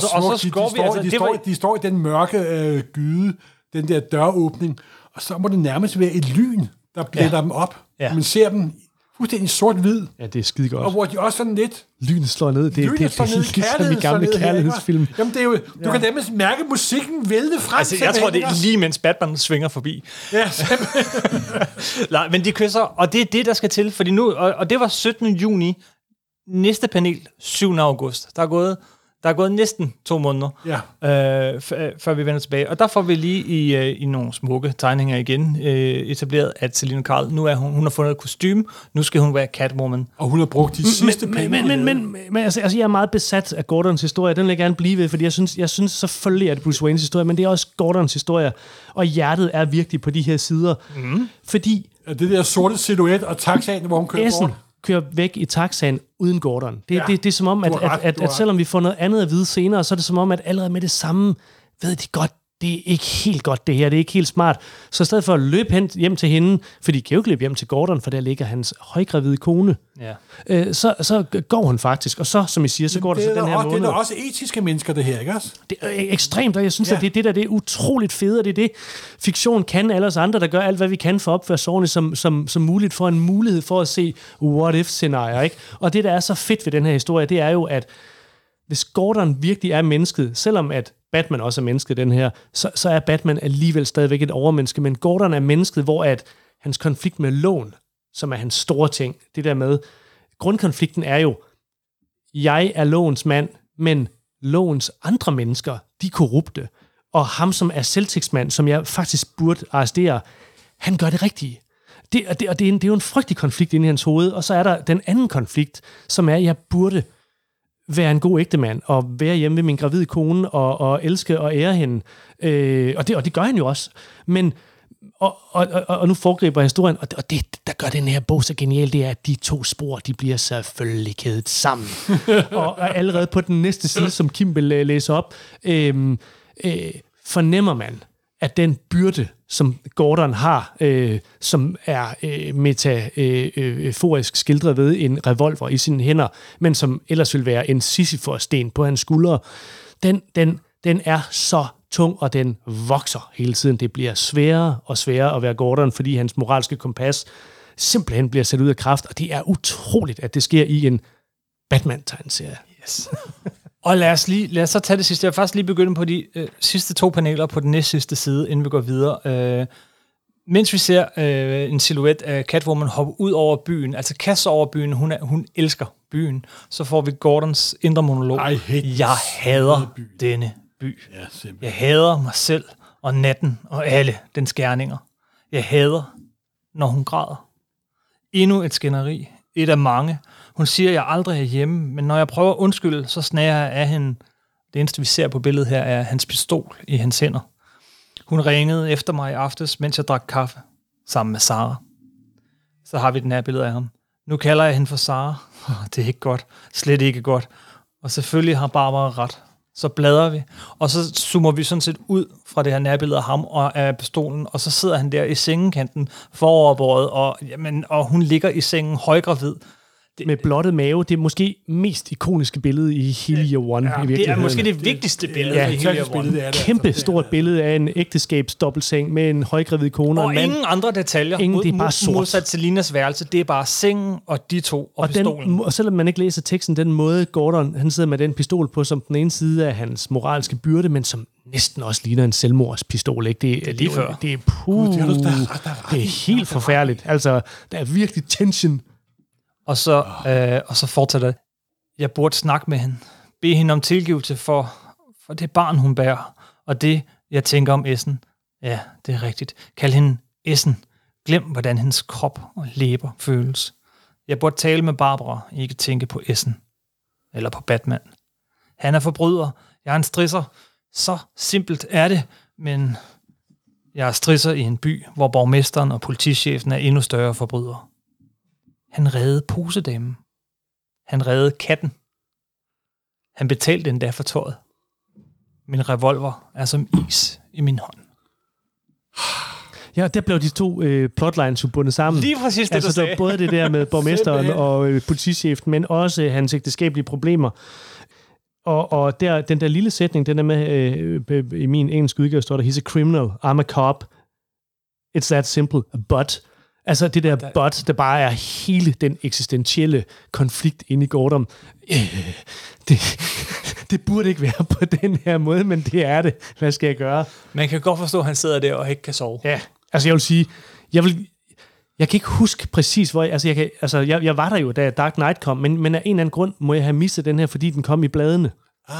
de står i den mørke gyde, den der døråbning, og så må det nærmest være et lyn, der blænder dem op. Ja. Man ser dem fuldstændig sort-hvid. Ja, det er skide godt. Og hvor de også sådan lidt... Lynet slår ned. Det er ligesom i gamle kærlighedsfilm. Jamen, det er jo... Du kan nærmest mærke musikken vælte frem. Altså, jeg tror, det er lige mens Batman svinger forbi. Ja, Nej, men de kysser, og det er det, der skal til. Fordi nu, og det var 17. juni. Næste panel, 7. august. Der er gået næsten 2 måneder, før vi vender tilbage. Og der får vi lige i nogle smukke tegninger igen etableret, at Selina Kyle, nu er hun har fundet et kostume, nu skal hun være Catwoman. og hun har brugt de sidste penge. Men altså, jeg er meget besat af Gordons historie. Den vil jeg gerne blive ved, fordi jeg synes selvfølgelig, at Bruce Waynes historie, men det er også Gordons historie. Og hjertet er virkelig på de her sider. Fordi... Det der sorte silhuet og taxaen, hvor hun kører bort. kører væk i taxaen uden Gordon. Det er som om, at selvom vi får noget andet at vide senere, så er det som om, at allerede med det samme ved de godt, det er ikke helt godt det her, det er ikke helt smart. Så i stedet for at løbe hjem til hende, for de kan jo ikke løbe hjem til Gordon, for der ligger hans højgravide kone, så går hun faktisk, og så, som I siger, så går det så den her måned. Det er også etiske mennesker, det her, ikke også? Det er ekstremt, og jeg synes, at det er utroligt fede, og det er det, fiktion kan alle os andre, der gør alt, hvad vi kan for at opføre sårene som muligt, for en mulighed for at se what-if-scenarier, ikke? Og det, der er så fedt ved den her historie, det er jo, at hvis Gordon virkelig er mennesket, selvom at Batman også er mennesket den her, så er Batman alligevel stadigvæk et overmenneske, men Gordon er mennesket, hvor at hans konflikt med loven, som er hans store ting, det der med, grundkonflikten er jo, jeg er lovens mand, men lovens andre mennesker, de er korrupte, og ham, som er Celtics-mand, som jeg faktisk burde arrestere, han gør det rigtige. Det er jo en frygtelig konflikt inde i hans hoved, og så er der den anden konflikt, som er, jeg burde være en god ægtemand, og være hjemme ved min gravide kone, og elske og ære hende. Og det gør han jo også. Men, og nu foregriber historien, og det, der gør den her bog så genial, det er, at de 2 spor, de bliver selvfølgelig kædet sammen. og allerede på den næste side, som Kim vil læse op, fornemmer man, at den byrde, som Gordon har, som er metaforisk skildret ved en revolver i sine hænder, men som ellers vil være en Sisyfos-sten på hans skuldre, den er så tung, og den vokser hele tiden. Det bliver sværere og sværere at være Gordon, fordi hans moralske kompas simpelthen bliver sat ud af kraft, og det er utroligt, at det sker i en Batman-tegneserie. Yes. Og lad os så tage det sidste. Jeg vil faktisk lige begynde på de sidste 2 paneler på den næst sidste side, inden vi går videre. Mens vi ser en silhuet af Catwoman hoppe ud over byen, altså kaste over byen, hun elsker byen, så får vi Gordons indre monolog. Jeg hader denne by. Ja, jeg hader mig selv og natten og alle dens gerninger. Jeg hader, når hun græder. Endnu et skænderi. Et af mange. Hun siger, at jeg aldrig er hjemme, men når jeg prøver at undskylde, så snager jeg af hende. Det eneste, vi ser på billedet her, er hans pistol i hans hænder. Hun ringede efter mig i aftes, mens jeg drak kaffe, sammen med Sarah. Så har vi den her billede af ham. Nu kalder jeg hende for Sarah. Det er ikke godt. Slet ikke godt. Og selvfølgelig har Barbara ret. Så bladrer vi, og så zoomer vi sådan set ud fra det her nærbillede af ham og af pistolen, og så sidder han der i sengekanten foroverbøjet, og hun ligger i sengen højgravid. Med blottet mave. Det er måske mest ikoniske billede i hele Year One. Ja, det er måske det vigtigste billede i hele Year One. Kæmpe stort billede af en ægteskabsdobbeltseng med en højgravid kone. Og ingen andre detaljer. Det er bare sort. Modsat til Linas værelse. Det er bare sengen og de 2 og pistolen. Og selvom man ikke læser teksten, den måde Gordon, han sidder med den pistol på, som den ene side af hans moralske byrde, men som næsten også ligner en selvmordspistol. Ikke? Det er lige før. Det er helt forfærdeligt. Altså, der er virkelig tension. Og så fortsætter det. Jeg burde snakke med hende. Bede hende om tilgivelse for det barn, hun bærer. Og det, jeg tænker om Essen. Ja, det er rigtigt. Kald hende Essen. Glem, hvordan hendes krop og læber føles. Jeg burde tale med Barbara, ikke tænke på Essen. Eller på Batman. Han er forbryder. Jeg er en strisser. Så simpelt er det, men jeg er strisser i en by, hvor borgmesteren og politichefen er endnu større forbrydere. Han reddede posedamen. Han reddede katten. Han betalte endda for tøjet. Min revolver er som is i min hånd. Ja, der blev de to plotlines bundet sammen. Lige præcis det, altså, du sagde. Der både det der med borgmesteren og politichefen, men også hans ægteskabelige problemer. Og der, den der lille sætning, den der med, i min engelske udgave står der, he's a criminal, I'm a cop, it's that simple, but. Altså det der but, der bare er hele den eksistentielle konflikt inde i Gordon. Det burde ikke være på den her måde, men det er det. Hvad skal jeg gøre? Man kan godt forstå, at han sidder der og ikke kan sove. Ja, altså jeg vil sige, jeg kan ikke huske præcis, hvor jeg var der jo, da Dark Knight kom, men af en eller anden grund må jeg have misset den her, fordi den kom i bladene.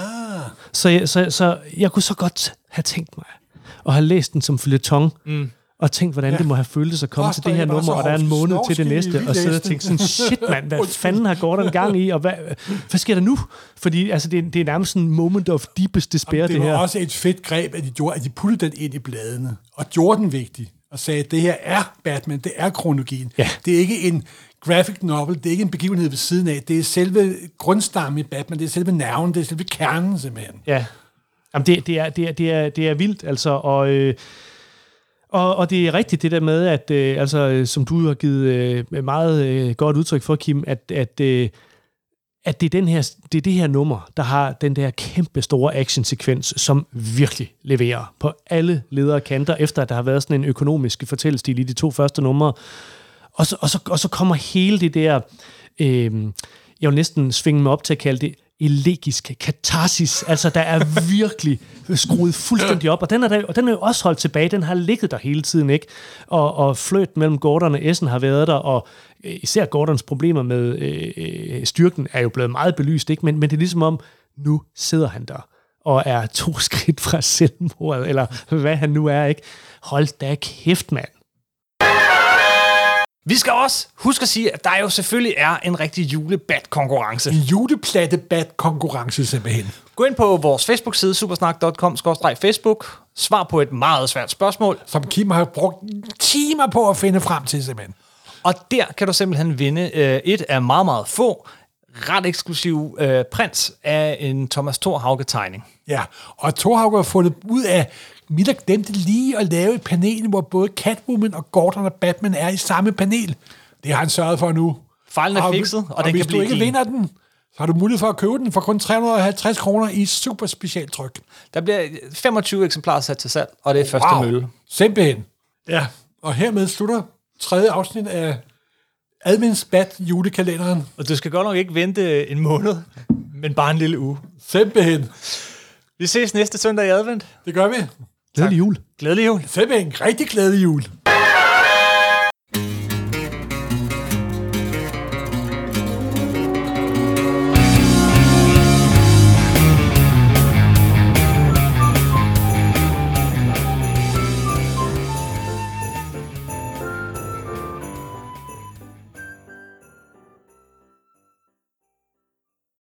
Så jeg kunne så godt have tænkt mig at have læst den som føljeton, og tænkt, hvordan det må have føltes at komme til det her nummer, og der er en måned til det næste, og sidde og tænke sådan, shit mand, hvad fanden har Gordon i gang i, og hvad sker der nu? Fordi altså, det er nærmest sådan en moment of deepest despair, det her. Det var også et fedt greb, at de puttede den ind i bladene, og gjorde den vigtig, og sagde, at det her er Batman, det er kronologien. Ja. Det er ikke en graphic novel, det er ikke en begivenhed ved siden af, det er selve grundstammen i Batman, det er selve nerven, det er selve kernen simpelthen. Ja, jamen, det er vildt, altså, og det er rigtigt det der med, at altså, som du har givet meget godt udtryk for, Kim, at det er det her nummer, der har den der kæmpe store actionsekvens, som virkelig leverer på alle ledere kanter, efter at der har været sådan en økonomisk fortællestil i de 2 første numre. Og så kommer hele det der, jeg vil næsten svinge mig op til at kalde det, elegisk katarsis. Altså, der er virkelig skruet fuldstændig op, og den er jo også holdt tilbage. Den har ligget der hele tiden, ikke? Og fløjt mellem Gordon og Essen har været der, og især Gordons problemer med styrken er jo blevet meget belyst, ikke? Men det er ligesom om, nu sidder han der og er 2 skridt fra selvmordet, eller hvad han nu er, ikke? Hold da kæft, mand. Vi skal også huske at sige, at der jo selvfølgelig er en rigtig julebat-konkurrence. En juleplatte-bat-konkurrence simpelthen. Gå ind på vores Facebook-side, supersnak.com/Facebook. Svar på et meget svært spørgsmål, som Kim har brugt timer på at finde frem til simpelthen. Og der kan du simpelthen vinde et af meget, meget få ret eksklusiv prints af en Thomas Thorhauge-tegning. Ja, og Thorhauge har fundet ud af, Miller glemte lige at lave et panel, hvor både Catwoman og Gordon og Batman er i samme panel. Det har han sørget for nu. Fejlen er fikset, og den hvis kan du blive ikke vinder den, så har du mulighed for at købe den for kun 350 kroner i super specialtryk. Der bliver 25 eksemplarer sat til salg, og det er første mølle. Simpelthen. Ja, og hermed slutter 3. afsnit af Admins Bat julekalenderen. Og du skal godt nok ikke vente en måned, men bare en lille uge. Simpelthen. Vi ses næste søndag i advent. Det gør vi. Glædelig jul. Glædelig jul. Simpelthen rigtig glædelig jul.